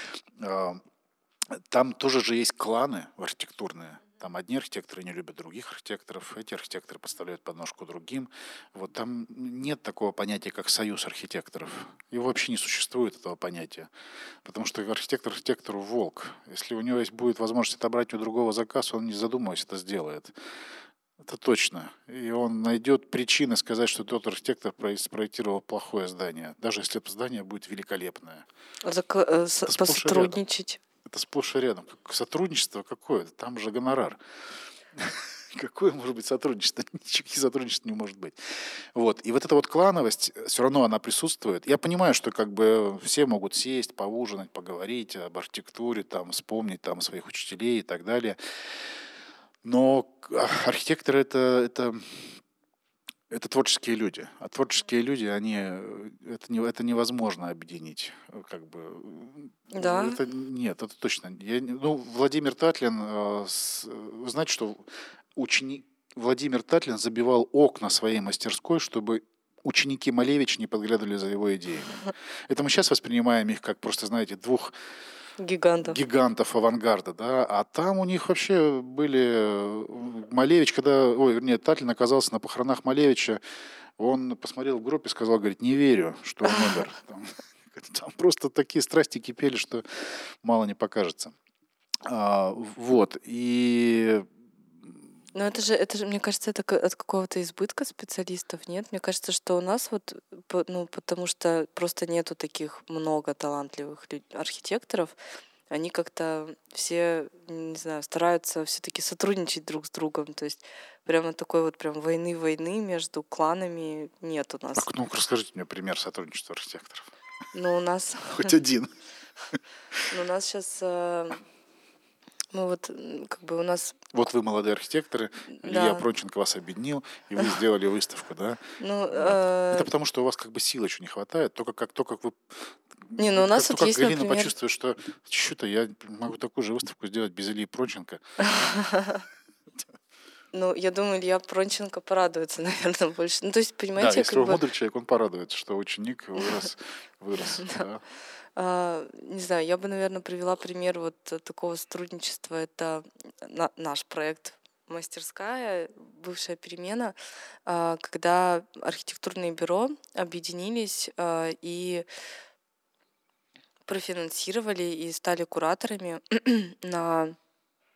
а, там тоже же есть кланы архитектурные. Там одни архитекторы не любят других архитекторов, эти архитекторы подставляют подножку другим. Вот там нет такого понятия, как союз архитекторов. Его вообще не существует, этого понятия. Потому что архитектор архитектору волк. Если у него есть будет возможность отобрать у другого заказ, он, не задумываясь, это сделает. Это точно. И он найдет причины сказать, что тот архитектор прои- спроектировал плохое здание, даже если это здание будет великолепное. Зак- э, с- Это сплошь и рядом. Посотрудничать. Это сплошь и рядом. Как сотрудничество какое-то, там же гонорар. Какое может быть сотрудничество? Ничего сотрудничества не может быть. Вот. И вот эта вот клановость, все равно она присутствует. Я понимаю, что как бы все могут сесть, поужинать, поговорить об архитектуре, там, вспомнить там, своих учителей и так далее. Но к- а, архитекторы это, это, это творческие люди. А творческие люди, они, э, это, не, это невозможно объединить. э, Как бы, э, Да. это нет, это точно. Я не- ну, Владимир Татлин, э, с- э, вы знаете, что ученик Владимир Татлин забивал окна своей мастерской, чтобы ученики Малевича не подглядывали за его идеями. Это мы сейчас воспринимаем их как просто, знаете, двух Гигантов. гигантов авангарда, да, а там у них вообще были... э, Малевич, когда, ой, вернее, Татлин оказался на похоронах Малевича, он посмотрел в гроб и сказал, говорит, не верю, что он умер. Там, там просто такие страсти кипели, что мало не покажется. А, вот, и... Но это же, это же, мне кажется, это ка- от какого-то избытка специалистов, нет? Мне кажется, что у нас вот, по- ну, потому что просто нету таких много талантливых лю- архитекторов, они как-то все, не знаю, стараются все-таки сотрудничать друг с другом. То есть прямо такой вот прям войны-войны между кланами нет у А, нас. ну, расскажите мне пример сотрудничества архитекторов. Но у нас, Хоть один. ну, у нас сейчас, мы вот, м, как бы у нас, Вот вы молодые архитекторы, Илья да, Пронченко вас объединил, и вы сделали выставку, да? ну, Вот. Это э, потому, что у вас как бы сил еще не хватает. Только как, то, как вы... не, ну у Вот нас как, то, вот как есть, Галина например, почувствует, что что-то я могу такую же выставку сделать без Ильи Пронченко. ну, я думаю, Илья Пронченко порадуется, наверное, больше. Ну, то есть, Да, понимаете, если как он бы, мудрый человек, он порадуется, что ученик вырос, вырос, да, да. а, не знаю, я бы, наверное, привела пример вот э, такого сотрудничества. Это на- наш проект «Мастерская», бывшая перемена, а, когда архитектурные бюро объединились а, и профинансировали и стали кураторами на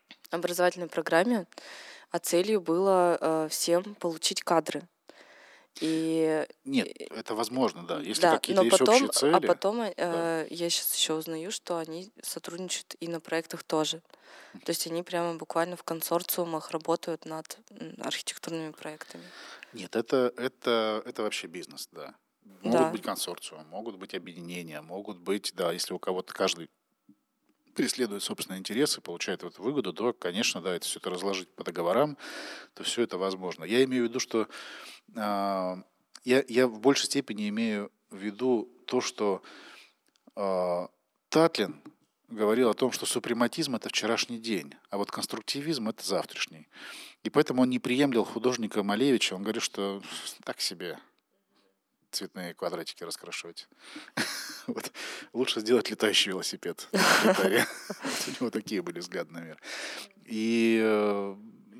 образовательной программе, а целью было э, всем получить кадры. И, Нет, это возможно, да. Если да, какие-то но есть потом, общие цели. а потом э, Да. я сейчас еще узнаю, что они сотрудничают и на проектах тоже. То есть они прямо буквально в консорциумах работают над м, архитектурными проектами. Нет, это, это, это вообще бизнес, да. Могут Да. быть консорциумы, могут быть объединения, могут быть, да, если у кого-то каждый преследует собственные интересы, получает эту выгоду, то, конечно, да, это все это разложить по договорам, то все это возможно. Я имею в виду, что а, я, я в большей степени имею в виду то, что а, Татлин говорил о том, что супрематизм — это вчерашний день, а вот конструктивизм — это завтрашний. И поэтому он не приемлил художника Малевича. Он говорит, что так себе цветные квадратики раскрашивать. Вот. Лучше сделать летающий велосипед на гитаре. Вот у него такие были взгляды на мир. И э,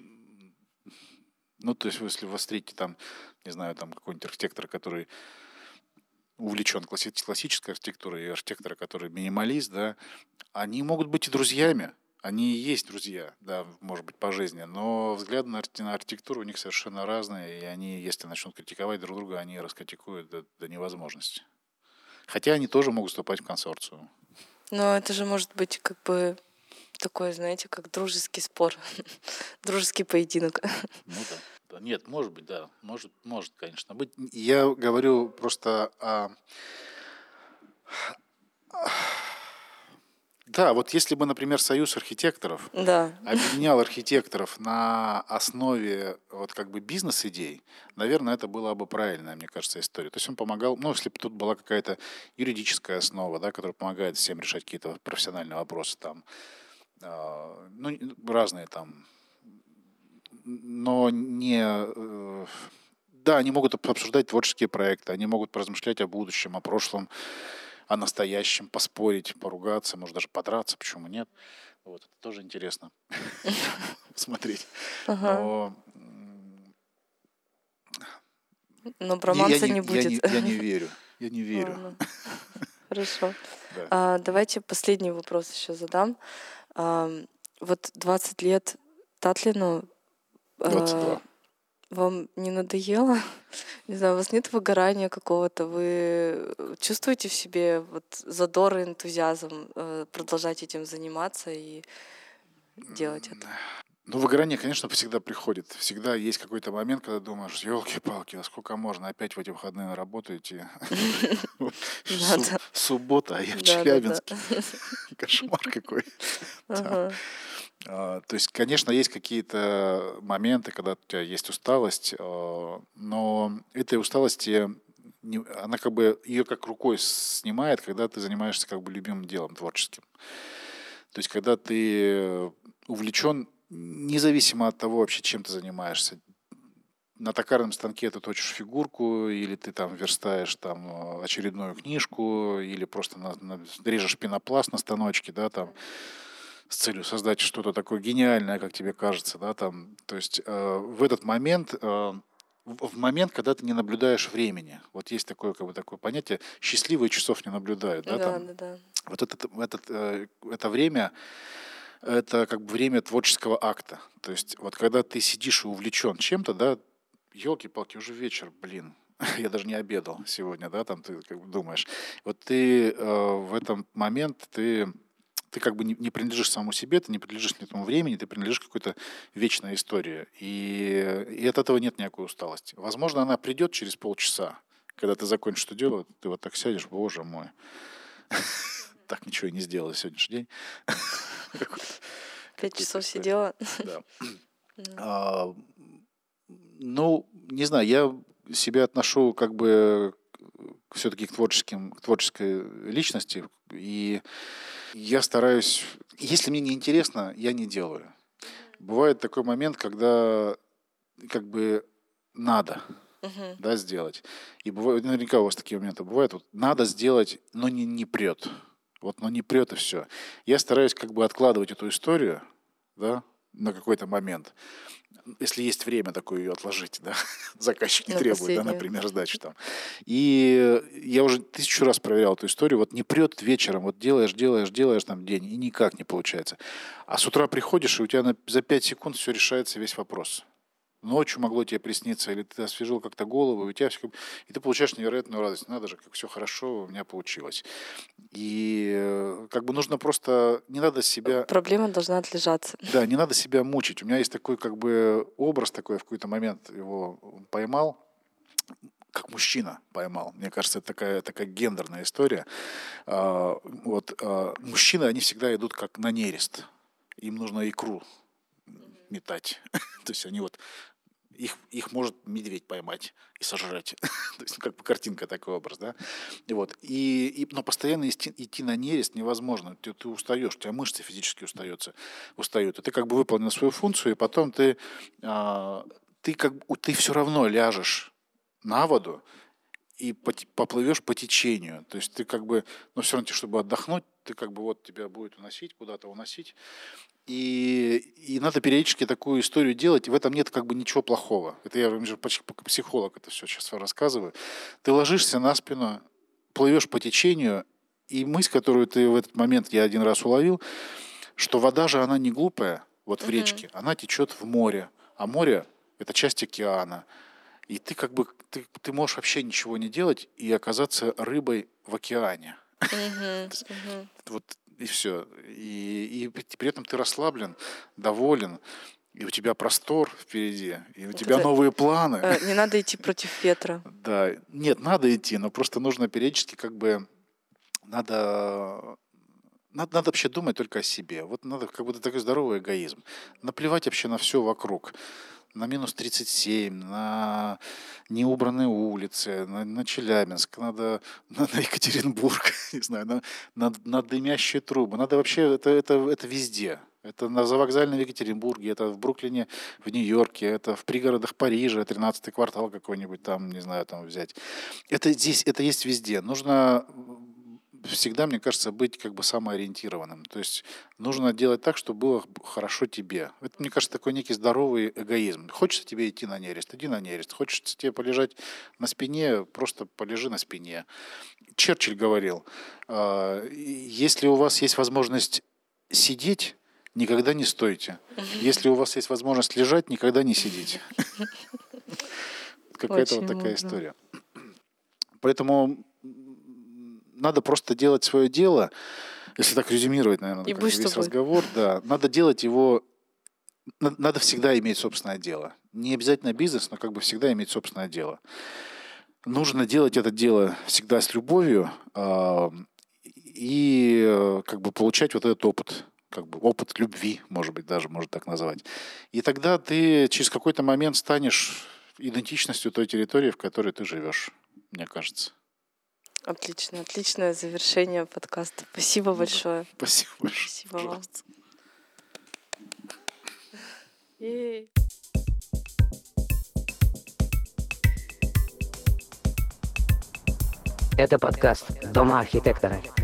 ну, то есть, если вы встретите там, не знаю, там какой-нибудь архитектор, который увлечен класси- классической архитектурой, и архитектора, который минималист, да, они могут быть и друзьями. Они и есть друзья, да, может быть, по жизни, но взгляды на, архи- на архитектуру у них совершенно разные, и они, если начнут критиковать друг друга, они раскритикуют до, до невозможности. Хотя они тоже могут вступать в консорциум. Но это же может быть как бы такой, знаете, как дружеский спор, дружеский поединок. Ну да. Да. Нет, может быть, да. Может, может, конечно, быть. Я говорю просто о... Да, вот если бы, например, союз архитекторов Да, объединял архитекторов на основе вот как бы бизнес-идей, наверное, это была бы правильная, мне кажется, история. То есть он помогал, ну, если бы тут была какая-то юридическая основа, да, которая помогает всем решать какие-то профессиональные вопросы, там, а, ну, разные там, но не... э, Да, они могут об- обсуждать творческие проекты, они могут поразмышлять о будущем, о прошлом, о настоящем, поспорить, поругаться, может даже подраться, почему нет. Вот, это тоже интересно смотреть. ага. Но м, Но не- я романса не, не я будет. не, я не верю. Я не верю. Ладно, хорошо. Да. А, давайте последний вопрос еще задам. Ам, вот двадцать лет Татлину, двадцать а, два. вам не надоело? Не знаю, у вас нет выгорания какого-то? Вы э, чувствуете в себе вот задор и энтузиазм э, продолжать этим заниматься и делать это? Ну, выгорание, конечно, всегда приходит. Всегда есть какой-то момент, когда думаешь, елки-палки, а сколько можно опять в эти выходные на работу идти? Да, Суб- да, Суббота, а я в да, да, да. Челябинске. Кошмар какой. Там. Ага. А, То есть, конечно, есть какие-то моменты, когда у тебя есть усталость, а, но этой усталости, не- она как бы, ее как рукой снимает, когда ты занимаешься как бы любимым делом, творческим. То есть, когда ты увлечен, независимо от того вообще, чем ты занимаешься. На токарном станке ты точишь фигурку, или ты там верстаешь там э, очередную книжку, или просто на- на- режешь пенопласт на станочке, да, там, с целью создать что-то такое гениальное, как тебе кажется, да, там. То есть э, в этот момент, э, в в момент, когда ты не наблюдаешь времени, вот есть такое, как бы, такое понятие, счастливые часов не наблюдают, да, Да, там. да, да. Вот этот, этот, э, это время, это как бы время творческого акта. То есть вот когда ты сидишь и увлечен чем-то, да, елки-палки, уже вечер, блин, я даже не обедал сегодня, да, там ты как бы думаешь. Вот ты э, в этот момент, ты, ты как бы не, не принадлежишь самому себе, ты не принадлежишь ни этому времени, ты принадлежишь какой-то вечной истории. И, и от этого нет никакой усталости. Возможно, она придет через полчаса, когда ты закончишь что делать, ты вот так сядешь, боже мой, так ничего и не сделал сегодняшний день. Какой-то Пять какой-то часов история. сидела. Да. Да. А, Ну, не знаю, я себя отношу как бы все-таки к творческим, к творческой личности, и я стараюсь, если мне не интересно, я не делаю. Бывает такой момент, когда как бы надо, Мгм. да, сделать. И бывает, наверняка у вас такие моменты бывают, вот надо сделать, но не, не прет. Вот, но не прет и все. Я стараюсь как бы откладывать эту историю, да, на какой-то момент. Если есть время такое ее отложить, да, заказчик не На требует, да, последнюю. например, сдачи там. И я уже тысячу раз проверял эту историю, вот не прет вечером, вот делаешь, делаешь, делаешь там день, и никак не получается. А с утра приходишь, и у тебя на, за пять секунд все решается, весь вопрос. ночью могло тебе присниться, или ты освежил как-то голову, и, у тебя все, и ты получаешь невероятную радость. Надо же, как все хорошо у меня получилось. И э, как бы нужно просто, не надо себя... Проблема должна отлежаться. Да, не надо себя мучить. У меня есть такой как бы образ такой, в какой-то момент его поймал, как мужчина поймал. Мне кажется, это такая, такая гендерная история. А, вот, а, мужчины, они всегда идут как на нерест. Им нужно икру метать. То есть они вот... Их, их может медведь поймать и сожрать. То есть, ну, как бы картинка, такой образ, да? И вот. И, и, но постоянно идти, идти на нерест невозможно. Ты, ты устаешь, у тебя мышцы физически устаются, устают. И ты как бы выполнил свою функцию, и потом ты, а, ты, как, ты все равно ляжешь на воду и поплывешь по течению. То есть ты как бы, ну все равно, чтобы отдохнуть, ты как бы вот тебя будет уносить, куда-то уносить. И, и надо периодически такую историю делать, и в этом нет как бы ничего плохого. Это я же почти как психолог это все сейчас рассказываю. Ты ложишься на спину, плывешь по течению, и мысль, которую ты в этот момент, я один раз уловил, что вода же, она не глупая, вот в uh-huh. речке, она течет в море, а море – это часть океана. И ты как бы, ты, ты можешь вообще ничего не делать и оказаться рыбой в океане. Uh-huh. Uh-huh. Вот и все. И, и при этом ты расслаблен, доволен, и у тебя простор впереди, и у тебя Это новые планы. Не надо идти против ветра. Да, нет, надо идти, но просто нужно периодически как бы, надо... Надо, надо вообще думать только о себе. Вот надо как будто такой здоровый эгоизм. Наплевать вообще на все вокруг. На минус тридцать семь, на неубранные улицы, на, на Челябинск, надо, на, на Екатеринбург, не знаю, на, на, на дымящие трубы. Надо вообще, это, это, это везде. Это на завокзальном в Екатеринбурге, это в Бруклине, в Нью-Йорке, это в пригородах Парижа, тринадцатый квартал какой-нибудь там, не знаю, там взять. Это здесь, это есть везде. Нужно всегда, мне кажется, быть как бы самоориентированным. То есть нужно делать так, чтобы было хорошо тебе. Это, мне кажется, такой некий здоровый эгоизм. Хочется тебе идти на нерест, иди на нерест. Хочется тебе полежать на спине, просто полежи на спине. Черчилль говорил, если у вас есть возможность сидеть, никогда не стойте. Если у вас есть возможность лежать, никогда не сидите. Какая-то вот такая история. Поэтому надо просто делать свое дело, если так резюмировать, наверное, как весь разговор, да, надо делать его, надо всегда иметь собственное дело. Не обязательно бизнес, но как бы всегда иметь собственное дело. Нужно делать это дело всегда с любовью э, и э, как бы получать вот этот опыт, как бы опыт любви, может быть, даже можно так назвать. И тогда ты через какой-то момент станешь идентичностью той территории, в которой ты живешь, мне кажется. Отлично, отличное завершение подкаста. Спасибо большое. Спасибо большое. Спасибо вам. Это подкаст «Дома архитектора».